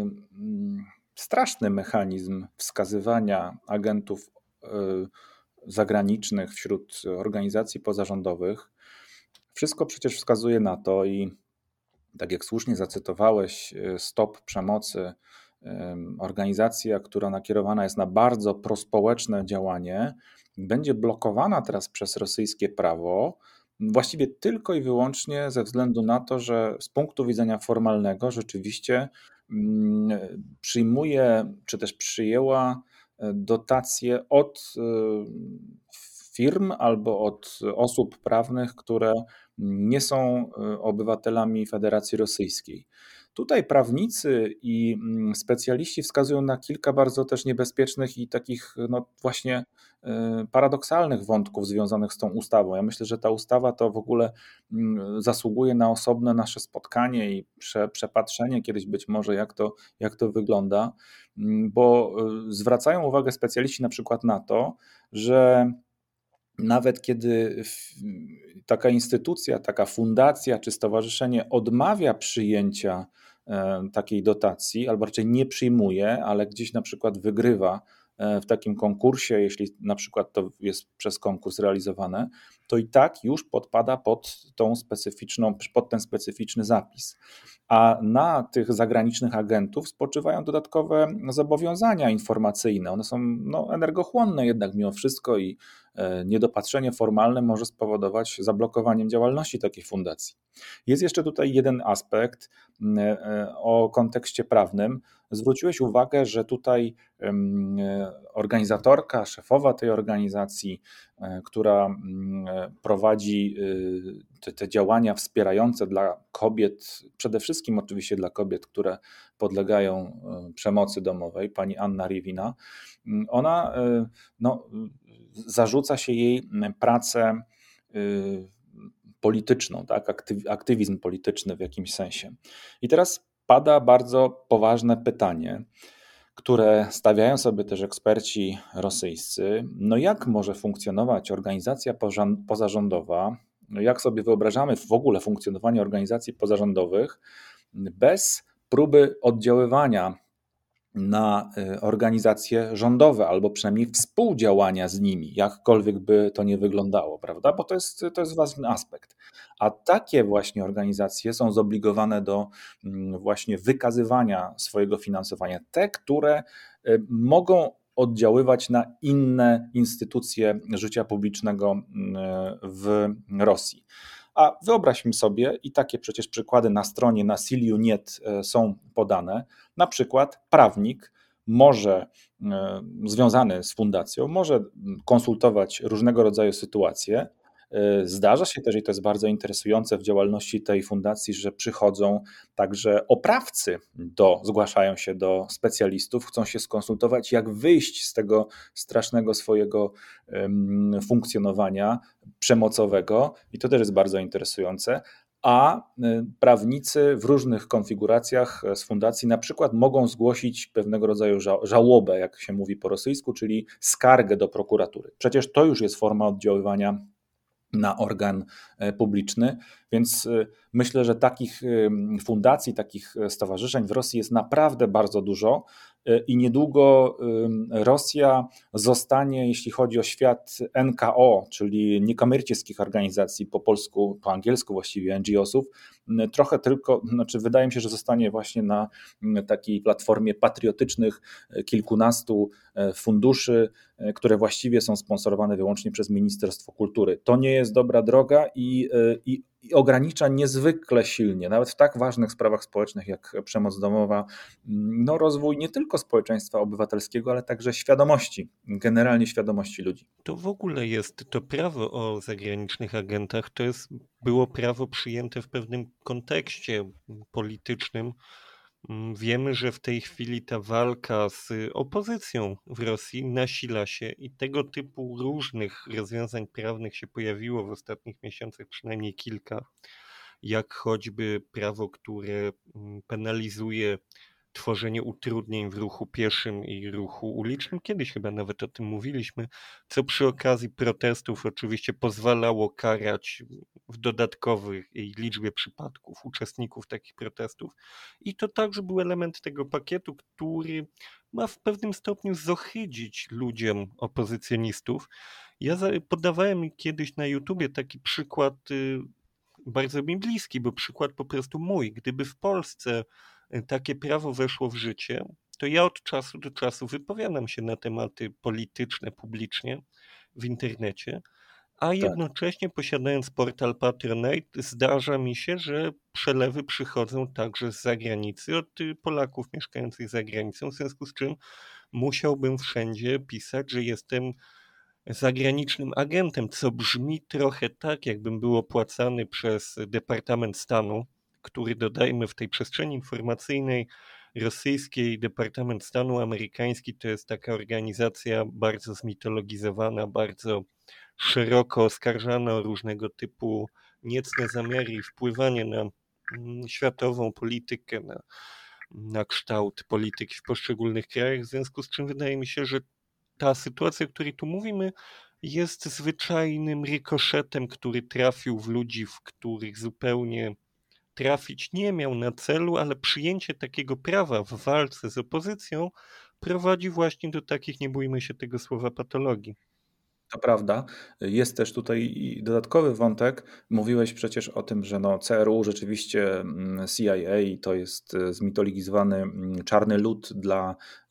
straszny mechanizm wskazywania agentów zagranicznych wśród organizacji pozarządowych. Wszystko przecież wskazuje na to i tak jak słusznie zacytowałeś, Stop Przemocy, organizacja, która nakierowana jest na bardzo prospołeczne działanie, będzie blokowana teraz przez rosyjskie prawo, właściwie tylko i wyłącznie ze względu na to, że z punktu widzenia formalnego rzeczywiście przyjmuje, czy też przyjęła dotacje od firm albo od osób prawnych, które nie są obywatelami Federacji Rosyjskiej. Tutaj prawnicy i specjaliści wskazują na kilka bardzo też niebezpiecznych i takich no właśnie paradoksalnych wątków związanych z tą ustawą. Ja myślę, że ta ustawa to w ogóle zasługuje na osobne nasze spotkanie i przepatrzenie kiedyś być może, jak to wygląda, bo zwracają uwagę specjaliści na przykład na to, że nawet kiedy taka instytucja, taka fundacja czy stowarzyszenie odmawia przyjęcia takiej dotacji, albo raczej nie przyjmuje, ale gdzieś na przykład wygrywa w takim konkursie, jeśli na przykład to jest przez konkurs realizowane, to i tak już podpada pod ten specyficzny zapis. A na tych zagranicznych agentów spoczywają dodatkowe zobowiązania informacyjne. One są energochłonne jednak mimo wszystko i niedopatrzenie formalne może spowodować zablokowaniem działalności takiej fundacji. Jest jeszcze tutaj jeden aspekt o kontekście prawnym. Zwróciłeś uwagę, że tutaj organizatorka, szefowa tej organizacji, która prowadzi te działania wspierające dla kobiet, przede wszystkim oczywiście dla kobiet, które podlegają przemocy domowej, pani Anna Riewina, ona zarzuca się jej pracę polityczną, tak? Aktywizm polityczny w jakimś sensie. I teraz pada bardzo poważne pytanie, które stawiają sobie też eksperci rosyjscy. No jak może funkcjonować organizacja pozarządowa? Jak sobie wyobrażamy w ogóle funkcjonowanie organizacji pozarządowych bez próby oddziaływania na organizacje rządowe, albo przynajmniej współdziałania z nimi, jakkolwiek by to nie wyglądało, prawda? Bo to jest ważny aspekt. A takie właśnie organizacje są zobligowane do właśnie wykazywania swojego finansowania. Te, które mogą oddziaływać na inne instytucje życia publicznego w Rosji. A wyobraźmy sobie, i takie przecież przykłady na stronie Nasiliu.net są podane, na przykład prawnik może, związany z fundacją, może konsultować różnego rodzaju sytuacje. Zdarza się też, i to jest bardzo interesujące w działalności tej fundacji, że przychodzą także oprawcy, zgłaszają się do specjalistów, chcą się skonsultować, jak wyjść z tego strasznego swojego funkcjonowania przemocowego, i to też jest bardzo interesujące. A prawnicy w różnych konfiguracjach z fundacji na przykład mogą zgłosić pewnego rodzaju żałobę, jak się mówi po rosyjsku, czyli skargę do prokuratury. Przecież to już jest forma oddziaływania na organ publiczny, więc myślę, że takich fundacji, takich stowarzyszeń w Rosji jest naprawdę bardzo dużo i niedługo Rosja zostanie, jeśli chodzi o świat NKO, czyli niekomercyjnych organizacji, po polsku, po angielsku właściwie NGO-sów, trochę tylko, wydaje mi się, że zostanie właśnie na takiej platformie patriotycznych kilkunastu funduszy, które właściwie są sponsorowane wyłącznie przez Ministerstwo Kultury. To nie jest dobra droga i ogranicza niezwykle silnie, nawet w tak ważnych sprawach społecznych jak przemoc domowa, rozwój nie tylko społeczeństwa obywatelskiego, ale także świadomości, generalnie świadomości ludzi. To w ogóle jest to prawo o zagranicznych agentach, było prawo przyjęte w pewnym kontekście politycznym. Wiemy, że w tej chwili ta walka z opozycją w Rosji nasila się i tego typu różnych rozwiązań prawnych się pojawiło w ostatnich miesiącach, przynajmniej kilka, jak choćby prawo, które penalizuje tworzenie utrudnień w ruchu pieszym i ruchu ulicznym. Kiedyś chyba nawet o tym mówiliśmy, co przy okazji protestów oczywiście pozwalało karać w dodatkowej liczbie przypadków uczestników takich protestów. I to także był element tego pakietu, który ma w pewnym stopniu zohydzić ludziom opozycjonistów. Ja podawałem kiedyś na YouTubie taki przykład bardzo mi bliski, bo przykład po prostu mój. Gdyby w Polsce takie prawo weszło w życie, to ja od czasu do czasu wypowiadam się na tematy polityczne publicznie w internecie, a jednocześnie posiadając portal Patronite zdarza mi się, że przelewy przychodzą także z zagranicy, od Polaków mieszkających za granicą, w związku z czym musiałbym wszędzie pisać, że jestem zagranicznym agentem, co brzmi trochę tak, jakbym był opłacany przez Departament Stanu, który, dodajmy, w tej przestrzeni informacyjnej rosyjskiej, Departament Stanu amerykański to jest taka organizacja bardzo zmitologizowana, bardzo szeroko oskarżana o różnego typu niecne zamiary i wpływanie na światową politykę, na kształt polityki w poszczególnych krajach, w związku z czym wydaje mi się, że ta sytuacja, o której tu mówimy, jest zwyczajnym rykoszetem, który trafił w ludzi, w których zupełnie trafić nie miał na celu, ale przyjęcie takiego prawa w walce z opozycją prowadzi właśnie do takich, nie bójmy się tego słowa, patologii. To prawda. Jest też tutaj i dodatkowy wątek. Mówiłeś przecież o tym, że no CRU rzeczywiście CIA to jest zmitologizowany czarny lud dla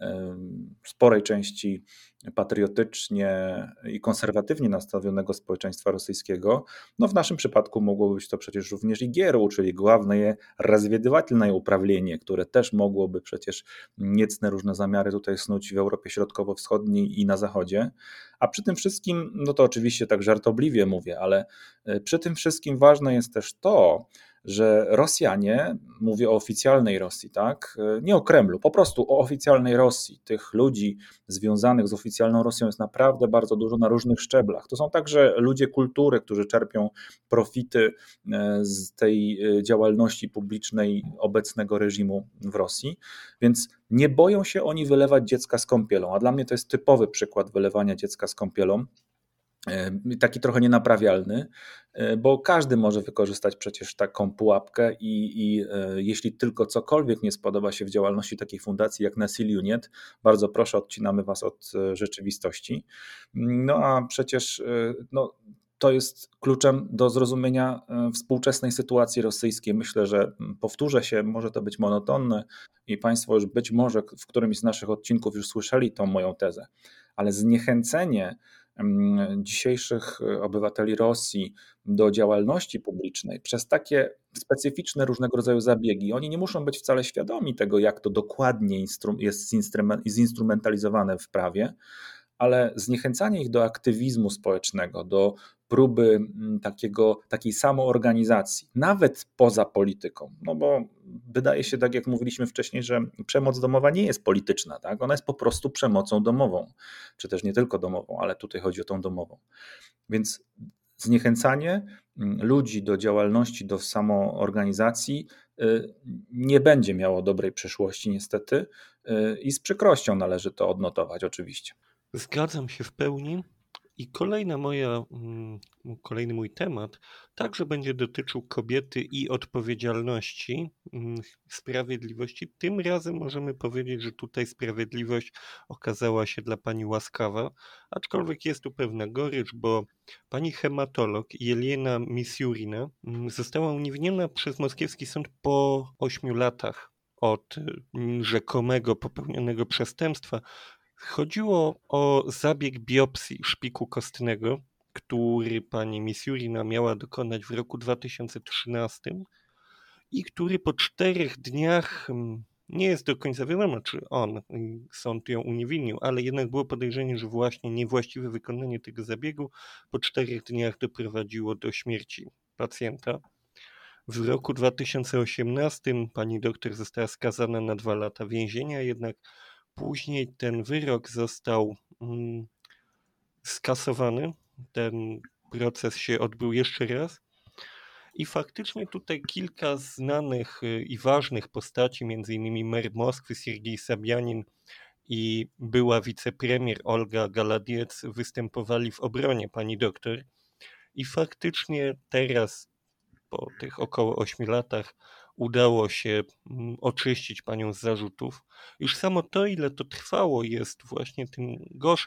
sporej części patriotycznie i konserwatywnie nastawionego społeczeństwa rosyjskiego. No w naszym przypadku mogło być to przecież również i GRU, czyli Główne Разведывательное Управление, które też mogłoby przecież niecne różne zamiary tutaj snuć w Europie Środkowo-Wschodniej i na Zachodzie. A przy tym wszystkim, no to oczywiście tak żartobliwie mówię, ale przy tym wszystkim ważne jest też to, że Rosjanie, mówię o oficjalnej Rosji, tak, nie o Kremlu, po prostu o oficjalnej Rosji. Tych ludzi związanych z oficjalną Rosją jest naprawdę bardzo dużo na różnych szczeblach. To są także ludzie kultury, którzy czerpią profity z tej działalności publicznej obecnego reżimu w Rosji, więc nie boją się oni wylewać dziecka z kąpielą, a dla mnie to jest typowy przykład wylewania dziecka z kąpielą, taki trochę nienaprawialny, bo każdy może wykorzystać przecież taką pułapkę i jeśli tylko cokolwiek nie spodoba się w działalności takiej fundacji jak Nasil.net, bardzo proszę, odcinamy was od rzeczywistości. No a przecież no, to jest kluczem do zrozumienia współczesnej sytuacji rosyjskiej. Myślę, że powtórzę się, może to być monotonne i Państwo już być może w którymś z naszych odcinków już słyszeli tą moją tezę, ale zniechęcenie dzisiejszych obywateli Rosji do działalności publicznej przez takie specyficzne różnego rodzaju zabiegi. Oni nie muszą być wcale świadomi tego, jak to dokładnie jest zinstrumentalizowane w prawie, ale zniechęcanie ich do aktywizmu społecznego, do próby takiej samoorganizacji, nawet poza polityką, no bo wydaje się, tak jak mówiliśmy wcześniej, że przemoc domowa nie jest polityczna, tak? Ona jest po prostu przemocą domową, czy też nie tylko domową, ale tutaj chodzi o tą domową. Więc zniechęcanie ludzi do działalności, do samoorganizacji nie będzie miało dobrej przyszłości niestety i z przykrością należy to odnotować oczywiście. Zgadzam się w pełni i kolejny mój temat także będzie dotyczył kobiety i odpowiedzialności, sprawiedliwości. Tym razem możemy powiedzieć, że tutaj sprawiedliwość okazała się dla pani łaskawa, aczkolwiek jest tu pewna gorycz, bo pani hematolog Jelena Misiurina została uniewinniona przez moskiewski sąd po 8 latach od rzekomego popełnionego przestępstwa. Chodziło o zabieg biopsji szpiku kostnego, który pani Misiurina miała dokonać w roku 2013 i który po 4 dniach, nie jest do końca wiadomo, czy sąd ją uniewinnił, ale jednak było podejrzenie, że właśnie niewłaściwe wykonanie tego zabiegu po 4 dniach doprowadziło do śmierci pacjenta. W roku 2018 pani doktor została skazana na 2 lata więzienia, jednak później ten wyrok został skasowany. Ten proces się odbył jeszcze raz. I faktycznie tutaj kilka znanych i ważnych postaci, m.in. mer Moskwy Siergiej Sabianin i była wicepremier Olga Galadiec występowali w obronie pani doktor. I faktycznie teraz, po tych około 8 latach, udało się oczyścić panią z zarzutów. Już samo to, ile to trwało, jest właśnie tym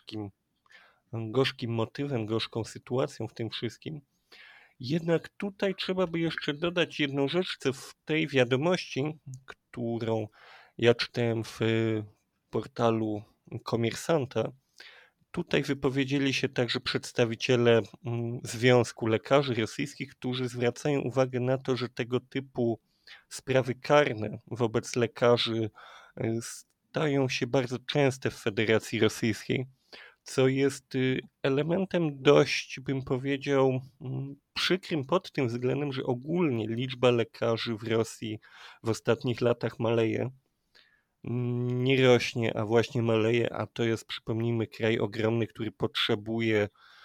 gorzkim motywem, gorzką sytuacją w tym wszystkim. Jednak tutaj trzeba by jeszcze dodać jedną rzecz, co w tej wiadomości, którą ja czytałem w portalu Komersanta, tutaj wypowiedzieli się także przedstawiciele Związku Lekarzy Rosyjskich, którzy zwracają uwagę na to, że tego typu sprawy karne wobec lekarzy stają się bardzo częste w Federacji Rosyjskiej, co jest elementem dość, bym powiedział, przykrym pod tym względem, że ogólnie liczba lekarzy w Rosji w ostatnich latach maleje. Nie rośnie, a właśnie maleje, a to jest, przypomnijmy, kraj ogromny, który potrzebuje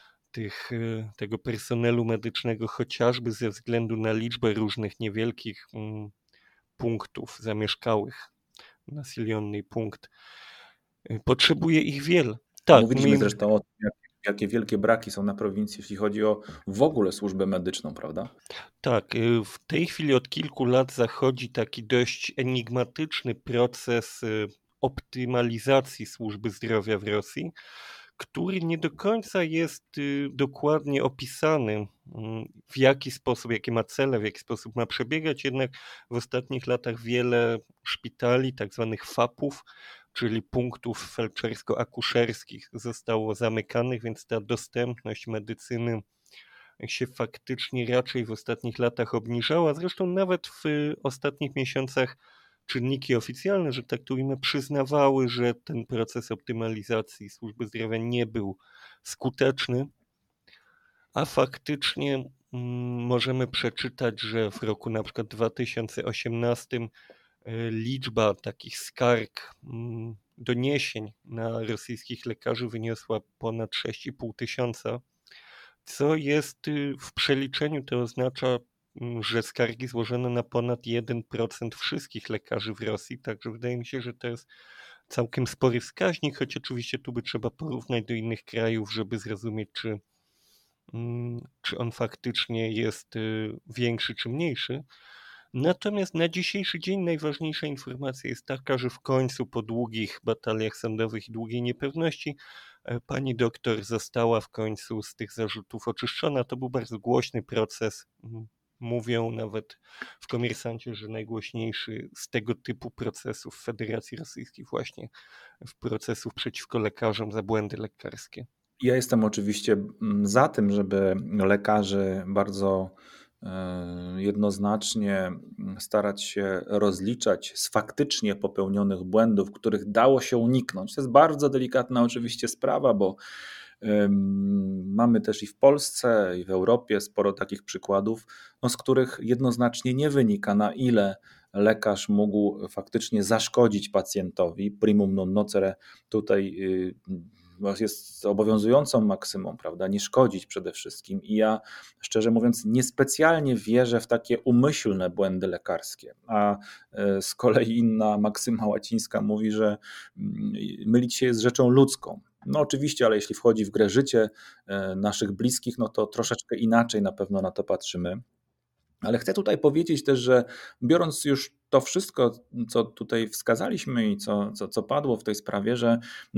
tego personelu medycznego chociażby ze względu na liczbę różnych niewielkich punktów zamieszkałych, nasilionny punkt. Potrzebuje ich wiele. Tak, Mówiliśmy zresztą o tym, jakie wielkie braki są na prowincji, jeśli chodzi o w ogóle służbę medyczną, prawda? Tak, w tej chwili od kilku lat zachodzi taki dość enigmatyczny proces optymalizacji służby zdrowia w Rosji, który nie do końca jest dokładnie opisany, w jaki sposób, jakie ma cele, w jaki sposób ma przebiegać, jednak w ostatnich latach wiele szpitali, tak zwanych FAP-ów, czyli punktów felczersko-akuszerskich zostało zamykanych, więc ta dostępność medycyny się faktycznie raczej w ostatnich latach obniżała. Zresztą nawet w ostatnich miesiącach czynniki oficjalne, że tak to ujmę, przyznawały, że ten proces optymalizacji służby zdrowia nie był skuteczny, a faktycznie możemy przeczytać, że w roku na przykład 2018 liczba takich skarg, doniesień na rosyjskich lekarzy wyniosła ponad 6,5 tysiąca, co jest w przeliczeniu to oznacza, że skargi złożone na ponad 1% wszystkich lekarzy w Rosji, także wydaje mi się, że to jest całkiem spory wskaźnik, choć oczywiście tu by trzeba porównać do innych krajów, żeby zrozumieć, czy on faktycznie jest większy czy mniejszy. Natomiast na dzisiejszy dzień najważniejsza informacja jest taka, że w końcu po długich bataliach sądowych i długiej niepewności pani doktor została w końcu z tych zarzutów oczyszczona. To był bardzo głośny proces. Mówią nawet w Komersancie, że najgłośniejszy z tego typu procesów w Federacji Rosyjskiej właśnie w procesów przeciwko lekarzom za błędy lekarskie. Ja jestem oczywiście za tym, żeby lekarzy bardzo jednoznacznie starać się rozliczać z faktycznie popełnionych błędów, których dało się uniknąć. To jest bardzo delikatna oczywiście sprawa, bo mamy też i w Polsce, i w Europie sporo takich przykładów, z których jednoznacznie nie wynika, na ile lekarz mógł faktycznie zaszkodzić pacjentowi. Primum non nocere tutaj jest obowiązującą maksymą, prawda? Nie szkodzić przede wszystkim. I ja, szczerze mówiąc, niespecjalnie wierzę w takie umyślne błędy lekarskie. A z kolei inna maksyma łacińska mówi, że mylić się jest rzeczą ludzką. No oczywiście, ale jeśli wchodzi w grę życie naszych bliskich, no to troszeczkę inaczej na pewno na to patrzymy. Ale chcę tutaj powiedzieć też, że biorąc już to wszystko, co tutaj wskazaliśmy i co padło w tej sprawie, że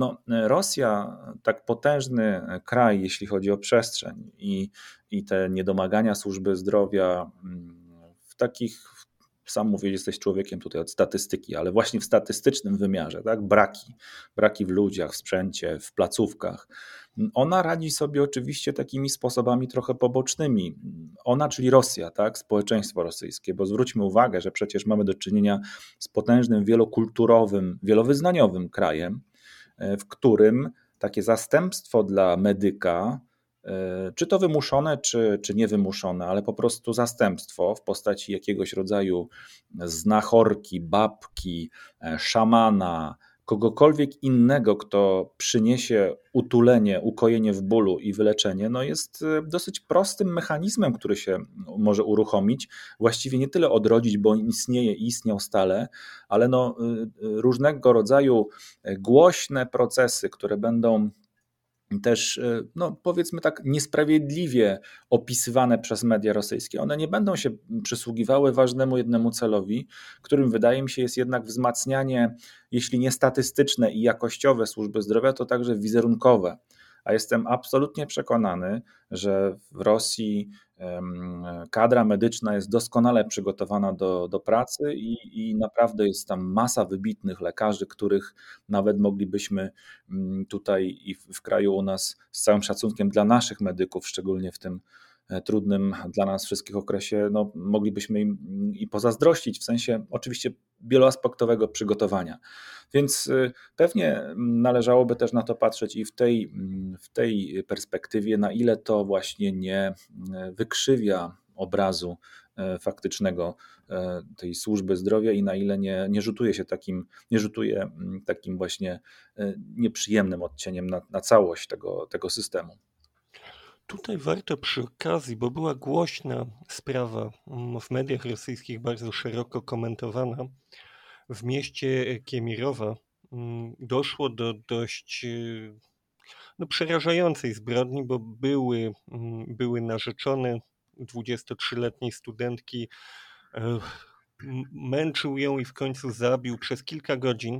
Rosja, tak potężny kraj, jeśli chodzi o przestrzeń i te niedomagania służby zdrowia w takich, sam mówię, jesteś człowiekiem tutaj od statystyki, ale właśnie w statystycznym wymiarze, tak? Braki w ludziach, w sprzęcie, w placówkach. Ona radzi sobie oczywiście takimi sposobami trochę pobocznymi. Ona, czyli Rosja, tak? Społeczeństwo rosyjskie, bo zwróćmy uwagę, że przecież mamy do czynienia z potężnym, wielokulturowym, wielowyznaniowym krajem, w którym takie zastępstwo dla medyka, czy to wymuszone, czy niewymuszone, ale po prostu zastępstwo w postaci jakiegoś rodzaju znachorki, babki, szamana, kogokolwiek innego, kto przyniesie utulenie, ukojenie w bólu i wyleczenie, jest dosyć prostym mechanizmem, który się może uruchomić, właściwie nie tyle odrodzić, bo istnieje i istniał stale, ale różnego rodzaju głośne procesy, które będą też, powiedzmy tak, niesprawiedliwie opisywane przez media rosyjskie. One nie będą się przysługiwały ważnemu jednemu celowi, którym wydaje mi się jest jednak wzmacnianie, jeśli nie statystyczne i jakościowe służby zdrowia, to także wizerunkowe. A jestem absolutnie przekonany, że w Rosji kadra medyczna jest doskonale przygotowana do pracy i naprawdę jest tam masa wybitnych lekarzy, których nawet moglibyśmy tutaj i w kraju u nas z całym szacunkiem dla naszych medyków, szczególnie w tym trudnym dla nas wszystkich okresie, no, moglibyśmy im i pozazdrościć, w sensie oczywiście wieloaspektowego przygotowania. Więc pewnie należałoby też na to patrzeć i w tej perspektywie, na ile to właśnie nie wykrzywia obrazu faktycznego tej służby zdrowia i na ile nie rzutuje takim właśnie nieprzyjemnym odcieniem na całość tego systemu. Tutaj warto przy okazji, bo była głośna sprawa w mediach rosyjskich, bardzo szeroko komentowana, w mieście Kiemirowa doszło do dość przerażającej zbrodni, bo były narzeczone 23-letniej studentki, męczył ją i w końcu zabił przez kilka godzin.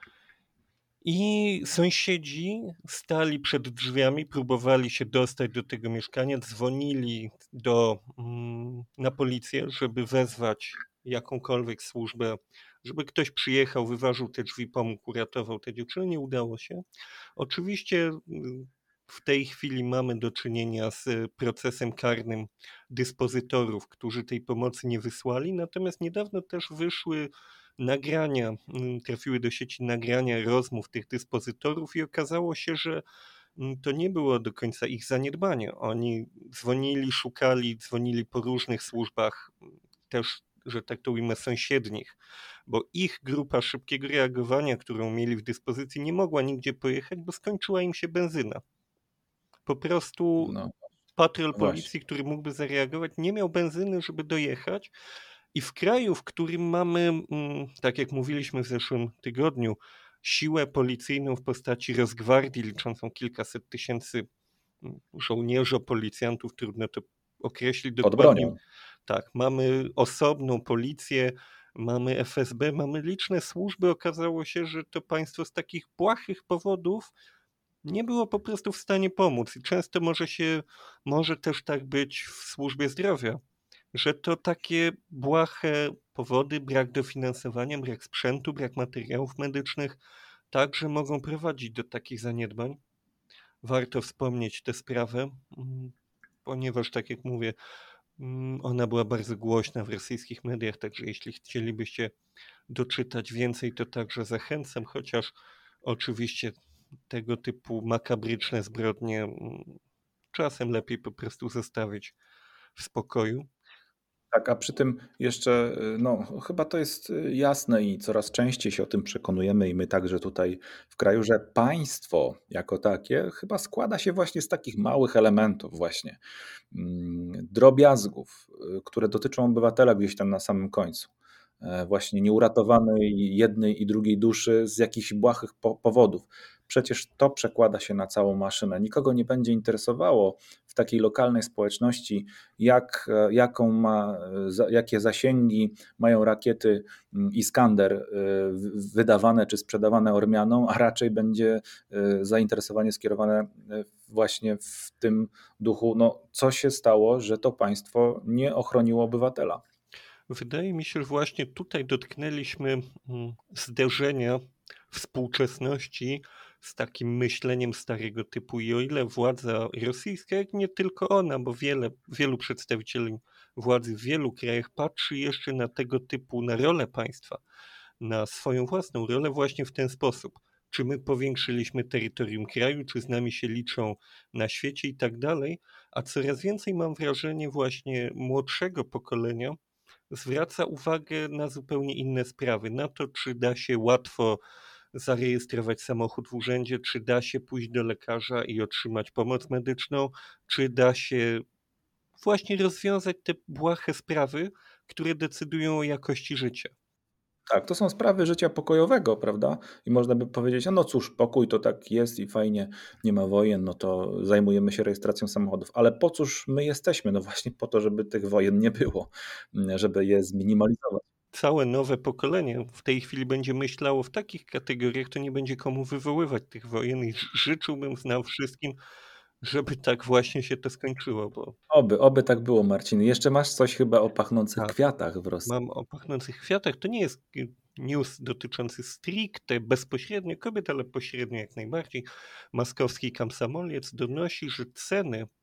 I sąsiedzi stali przed drzwiami, próbowali się dostać do tego mieszkania, dzwonili na policję, żeby wezwać jakąkolwiek służbę, żeby ktoś przyjechał, wyważył te drzwi, pomógł, uratował tę dziewczynę. Nie udało się. Oczywiście w tej chwili mamy do czynienia z procesem karnym dyspozytorów, którzy tej pomocy nie wysłali, natomiast niedawno też trafiły do sieci nagrania rozmów tych dyspozytorów i okazało się, że to nie było do końca ich zaniedbanie. Oni dzwonili po różnych służbach, też, że tak to ujmę, sąsiednich, bo ich grupa szybkiego reagowania, którą mieli w dyspozycji, nie mogła nigdzie pojechać, bo skończyła im się benzyna. Po prostu patrol policji, który mógłby zareagować, nie miał benzyny, żeby dojechać. I w kraju, w którym mamy, tak jak mówiliśmy w zeszłym tygodniu, siłę policyjną w postaci Rosgwardii liczącą kilkaset tysięcy żołnierzy, policjantów, trudno to określić dokładnie. Pod bronią. Tak, mamy osobną policję, mamy FSB, mamy liczne służby. Okazało się, że to państwo z takich błahych powodów nie było po prostu w stanie pomóc. I często może też tak być w służbie zdrowia, że to takie błahe powody, brak dofinansowania, brak sprzętu, brak materiałów medycznych także mogą prowadzić do takich zaniedbań. Warto wspomnieć tę sprawę, ponieważ tak jak mówię, ona była bardzo głośna w rosyjskich mediach, także jeśli chcielibyście doczytać więcej, to także zachęcam, chociaż oczywiście tego typu makabryczne zbrodnie czasem lepiej po prostu zostawić w spokoju. Tak, a przy tym jeszcze, no chyba to jest jasne i coraz częściej się o tym przekonujemy i my także tutaj w kraju, że państwo jako takie chyba składa się właśnie z takich małych elementów właśnie, drobiazgów, które dotyczą obywatela gdzieś tam na samym końcu. Właśnie nieuratowanej jednej i drugiej duszy z jakichś błahych powodów. Przecież to przekłada się na całą maszynę. Nikogo nie będzie interesowało w takiej lokalnej społeczności, jakie zasięgi mają rakiety Iskander wydawane czy sprzedawane Ormianom, a raczej będzie zainteresowanie skierowane właśnie w tym duchu, no co się stało, że to państwo nie ochroniło obywatela. Wydaje mi się, że właśnie tutaj dotknęliśmy zderzenia współczesności z takim myśleniem starego typu i o ile władza rosyjska, jak nie tylko ona, bo wielu przedstawicieli władzy w wielu krajach patrzy jeszcze na tego typu, na rolę państwa, na swoją własną rolę właśnie w ten sposób. Czy my powiększyliśmy terytorium kraju, czy z nami się liczą na świecie i tak dalej, a coraz więcej mam wrażenie właśnie młodszego pokolenia zwraca uwagę na zupełnie inne sprawy, na to, czy da się łatwo zarejestrować samochód w urzędzie, czy da się pójść do lekarza i otrzymać pomoc medyczną, czy da się właśnie rozwiązać te błahe sprawy, które decydują o jakości życia. Tak, to są sprawy życia pokojowego, prawda? I można by powiedzieć, no cóż, pokój to tak jest i fajnie, nie ma wojen, no to zajmujemy się rejestracją samochodów. Ale po cóż my jesteśmy? No właśnie po to, żeby tych wojen nie było, żeby je zminimalizować. Całe nowe pokolenie w tej chwili będzie myślało w takich kategoriach, to nie będzie komu wywoływać tych wojen i życzyłbym nam wszystkim, żeby tak właśnie się to skończyło. Bo... Oby tak było, Marcin. Jeszcze masz coś chyba o pachnących kwiatach w Rosji. Mam o pachnących kwiatach. To nie jest news dotyczący stricte, bezpośrednio kobiet, ale pośrednio jak najbardziej. Moskowski Komsomolec donosi, że ceny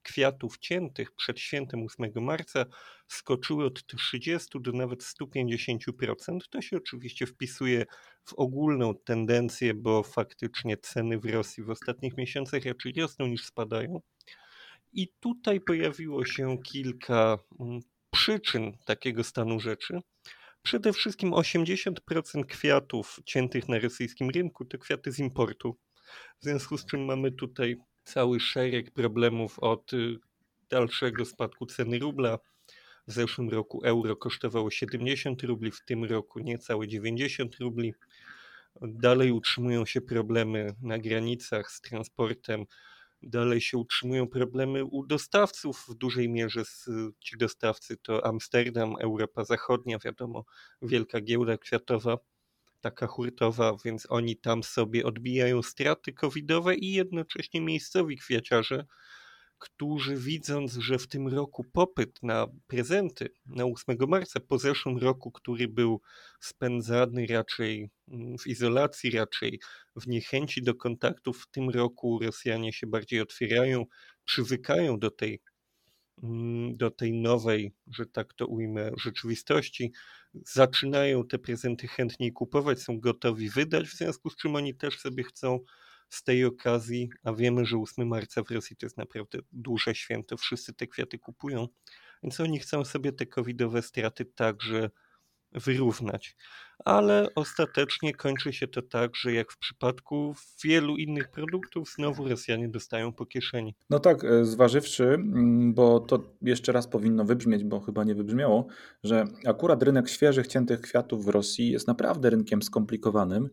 kwiatów ciętych przed świętem 8 marca skoczyły od 30 do nawet 150%. To się oczywiście wpisuje w ogólną tendencję, bo faktycznie ceny w Rosji w ostatnich miesiącach raczej rosną niż spadają. I tutaj pojawiło się kilka przyczyn takiego stanu rzeczy. Przede wszystkim 80% kwiatów ciętych na rosyjskim rynku to kwiaty z importu. W związku z czym mamy tutaj cały szereg problemów od dalszego spadku ceny rubla. W zeszłym roku euro kosztowało 70 rubli, w tym roku niecałe 90 rubli. Dalej utrzymują się problemy na granicach z transportem. Dalej się utrzymują problemy u dostawców w dużej mierze. Ci dostawcy to Amsterdam, Europa Zachodnia, wiadomo, wielka giełda kwiatowa, taka hurtowa, więc oni tam sobie odbijają straty covidowe i jednocześnie miejscowi kwiaciarze, którzy widząc, że w tym roku popyt na prezenty na 8 marca, po zeszłym roku, który był spędzany raczej w izolacji, raczej w niechęci do kontaktów, w tym roku Rosjanie się bardziej otwierają, przywykają do tej nowej, że tak to ujmę, rzeczywistości, zaczynają te prezenty chętniej kupować, są gotowi wydać, w związku z czym oni też sobie chcą z tej okazji, a wiemy, że 8 marca w Rosji to jest naprawdę duże święto, wszyscy te kwiaty kupują, więc oni chcą sobie te covidowe straty także wyrównać. Ale ostatecznie kończy się to tak, że jak w przypadku wielu innych produktów, znowu Rosjanie dostają po kieszeni. No tak, zważywszy, bo to jeszcze raz powinno wybrzmieć, bo chyba nie wybrzmiało, że akurat rynek świeżych, ciętych kwiatów w Rosji jest naprawdę rynkiem skomplikowanym.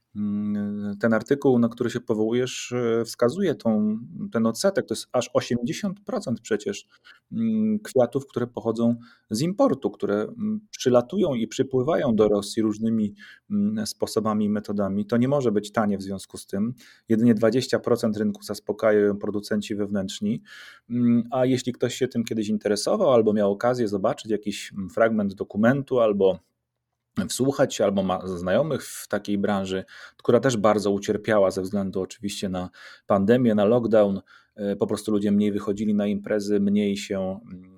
Ten artykuł, na który się powołujesz, wskazuje ten odsetek, to jest aż 80% przecież kwiatów, które pochodzą z importu, które przylatują i przypływają do Rosji różnymi sposobami i metodami. To nie może być tanie w związku z tym. Jedynie 20% rynku zaspokajają producenci wewnętrzni, a jeśli ktoś się tym kiedyś interesował albo miał okazję zobaczyć jakiś fragment dokumentu albo wsłuchać się, albo ma znajomych w takiej branży, która też bardzo ucierpiała ze względu oczywiście na pandemię, na lockdown. Po prostu ludzie mniej wychodzili na imprezy, mniej się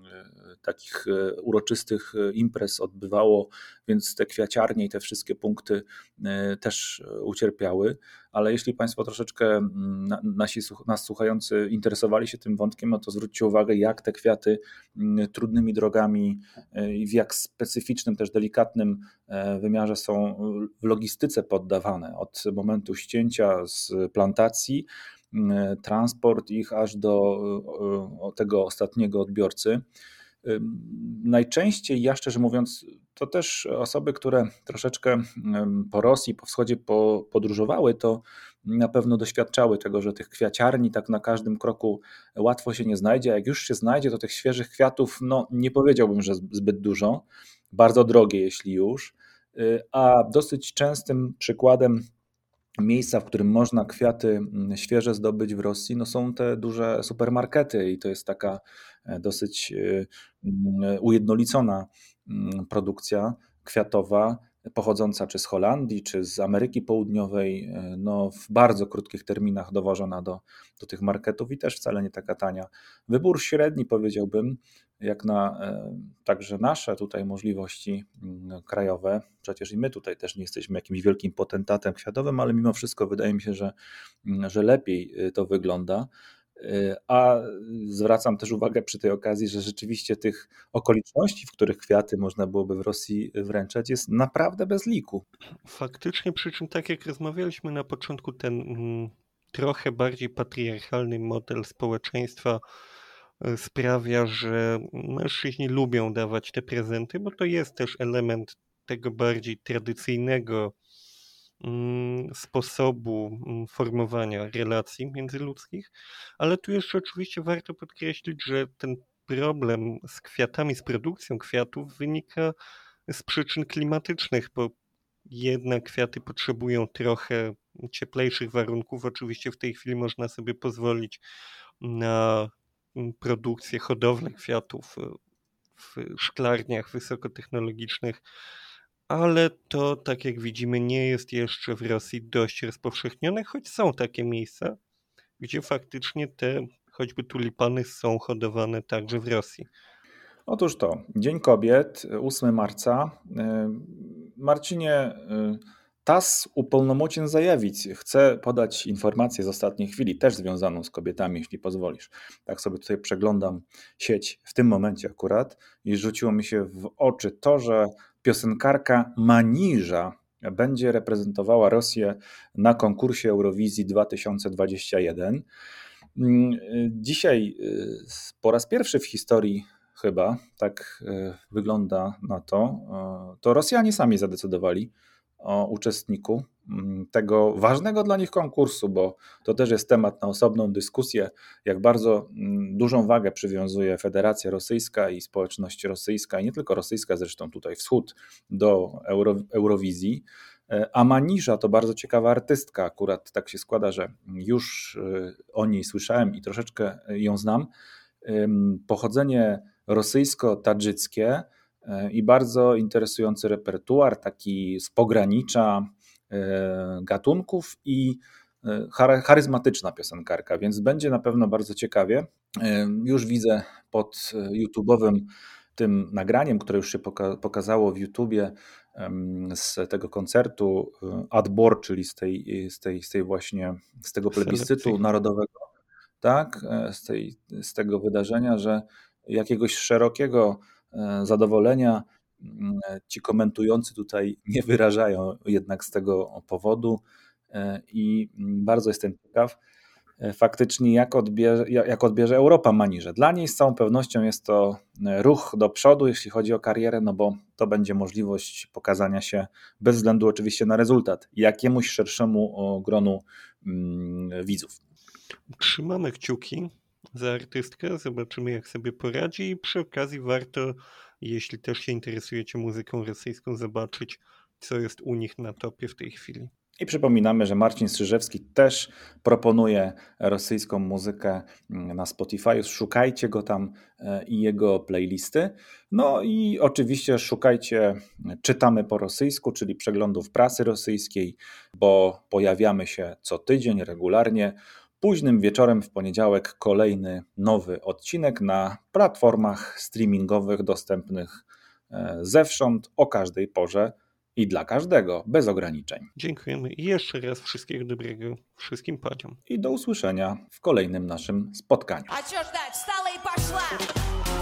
takich uroczystych imprez odbywało, więc te kwiaciarnie i te wszystkie punkty też ucierpiały. Ale jeśli Państwo troszeczkę nas słuchający interesowali się tym wątkiem, no to zwróćcie uwagę, jak te kwiaty trudnymi drogami i w jak specyficznym, też delikatnym wymiarze są w logistyce poddawane. Od momentu ścięcia z plantacji, transport ich aż do tego ostatniego odbiorcy. Najczęściej, ja szczerze mówiąc, to też osoby, które troszeczkę po Rosji, po wschodzie podróżowały, to na pewno doświadczały tego, że tych kwiaciarni tak na każdym kroku łatwo się nie znajdzie, a jak już się znajdzie, to tych świeżych kwiatów, no nie powiedziałbym, że zbyt dużo, bardzo drogie jeśli już, a dosyć częstym przykładem miejsca, w którym można kwiaty świeże zdobyć w Rosji, no są te duże supermarkety i to jest taka dosyć ujednolicona produkcja kwiatowa, pochodząca czy z Holandii, czy z Ameryki Południowej, no w bardzo krótkich terminach dowożona do tych marketów i też wcale nie taka tania. Wybór średni, powiedziałbym, jak na także nasze tutaj możliwości krajowe, przecież i my tutaj też nie jesteśmy jakimś wielkim potentatem kwiatowym, ale mimo wszystko wydaje mi się, że lepiej to wygląda. A zwracam też uwagę przy tej okazji, że rzeczywiście tych okoliczności, w których kwiaty można byłoby w Rosji wręczać, jest naprawdę bez liku. Faktycznie, przy czym tak jak rozmawialiśmy na początku, ten trochę bardziej patriarchalny model społeczeństwa sprawia, że mężczyźni lubią dawać te prezenty, bo to jest też element tego bardziej tradycyjnego sposobu formowania relacji międzyludzkich, ale tu jeszcze oczywiście warto podkreślić, że ten problem z kwiatami, z produkcją kwiatów wynika z przyczyn klimatycznych, bo jednak kwiaty potrzebują trochę cieplejszych warunków. Oczywiście w tej chwili można sobie pozwolić na produkcję, hodowlę kwiatów w szklarniach wysokotechnologicznych, ale to, tak jak widzimy, nie jest jeszcze w Rosji dość rozpowszechnione, choć są takie miejsca, gdzie faktycznie te choćby tulipany są hodowane także w Rosji. Otóż to, Dzień Kobiet, 8 marca. Marcinie, TASS upełnomocen zajawić. Chcę podać informację z ostatniej chwili, też związaną z kobietami, jeśli pozwolisz. Tak sobie tutaj przeglądam sieć w tym momencie akurat i rzuciło mi się w oczy to, że piosenkarka Maniża będzie reprezentowała Rosję na konkursie Eurowizji 2021. Dzisiaj po raz pierwszy w historii chyba, tak wygląda na to Rosjanie sami zadecydowali o uczestniku tego ważnego dla nich konkursu, bo to też jest temat na osobną dyskusję, jak bardzo dużą wagę przywiązuje Federacja Rosyjska i społeczność rosyjska, i nie tylko rosyjska, zresztą tutaj wschód, do Eurowizji. A Maniża to bardzo ciekawa artystka, akurat tak się składa, że już o niej słyszałem i troszeczkę ją znam. Pochodzenie rosyjsko-tadżyckie i bardzo interesujący repertuar, taki z pogranicza gatunków i charyzmatyczna piosenkarka, więc będzie na pewno bardzo ciekawie. Już widzę pod YouTube'owym tym nagraniem, które już się pokazało w YouTubie z tego koncertu Adbor, czyli z tego plebiscytu narodowego, tak, z tego wydarzenia, że jakiegoś szerokiego zadowolenia ci komentujący tutaj nie wyrażają jednak z tego powodu i bardzo jestem ciekaw faktycznie jak odbierze Europa Maniżę. Dla niej z całą pewnością jest to ruch do przodu, jeśli chodzi o karierę, no bo to będzie możliwość pokazania się bez względu oczywiście na rezultat jakiemuś szerszemu gronu widzów. Trzymamy kciuki za artystkę, zobaczymy jak sobie poradzi i przy okazji warto, jeśli też się interesujecie muzyką rosyjską, zobaczyć co jest u nich na topie w tej chwili. I przypominamy, że Marcin Strzyżewski też proponuje rosyjską muzykę na Spotify. Szukajcie go tam i jego playlisty. No i oczywiście szukajcie Czytamy po rosyjsku, czyli przeglądów prasy rosyjskiej, bo pojawiamy się co tydzień regularnie. Późnym wieczorem w poniedziałek kolejny nowy odcinek na platformach streamingowych dostępnych zewsząd, o każdej porze i dla każdego, bez ograniczeń. Dziękujemy i jeszcze raz wszystkiego dobrego wszystkim paniom. I do usłyszenia w kolejnym naszym spotkaniu. А чё ждать? Встала и пошла!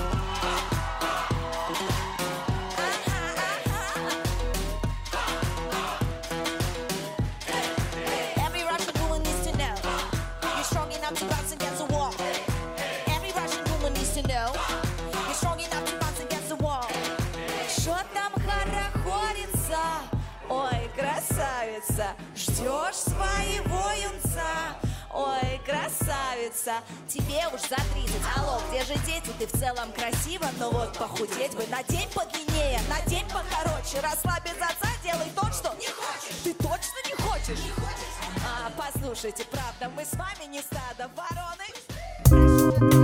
Every Russian woman needs to know you're strong enough to bounce against the wall. Every Russian woman needs to know you're strong enough to bounce against the wall. Что там хорохорится? Ой, красавица, ждешь своего юнца. Ой, красавица, тебе уж за 30. Алло, где же дети? Ты в целом красива, но вот похудеть бы. Надень подлиннее, надень покороче. Расслабь без отца, делай то, что не хочешь. Ты точно не хочешь? Не хочешь? Послушайте, правда, мы с вами не стадо вороны.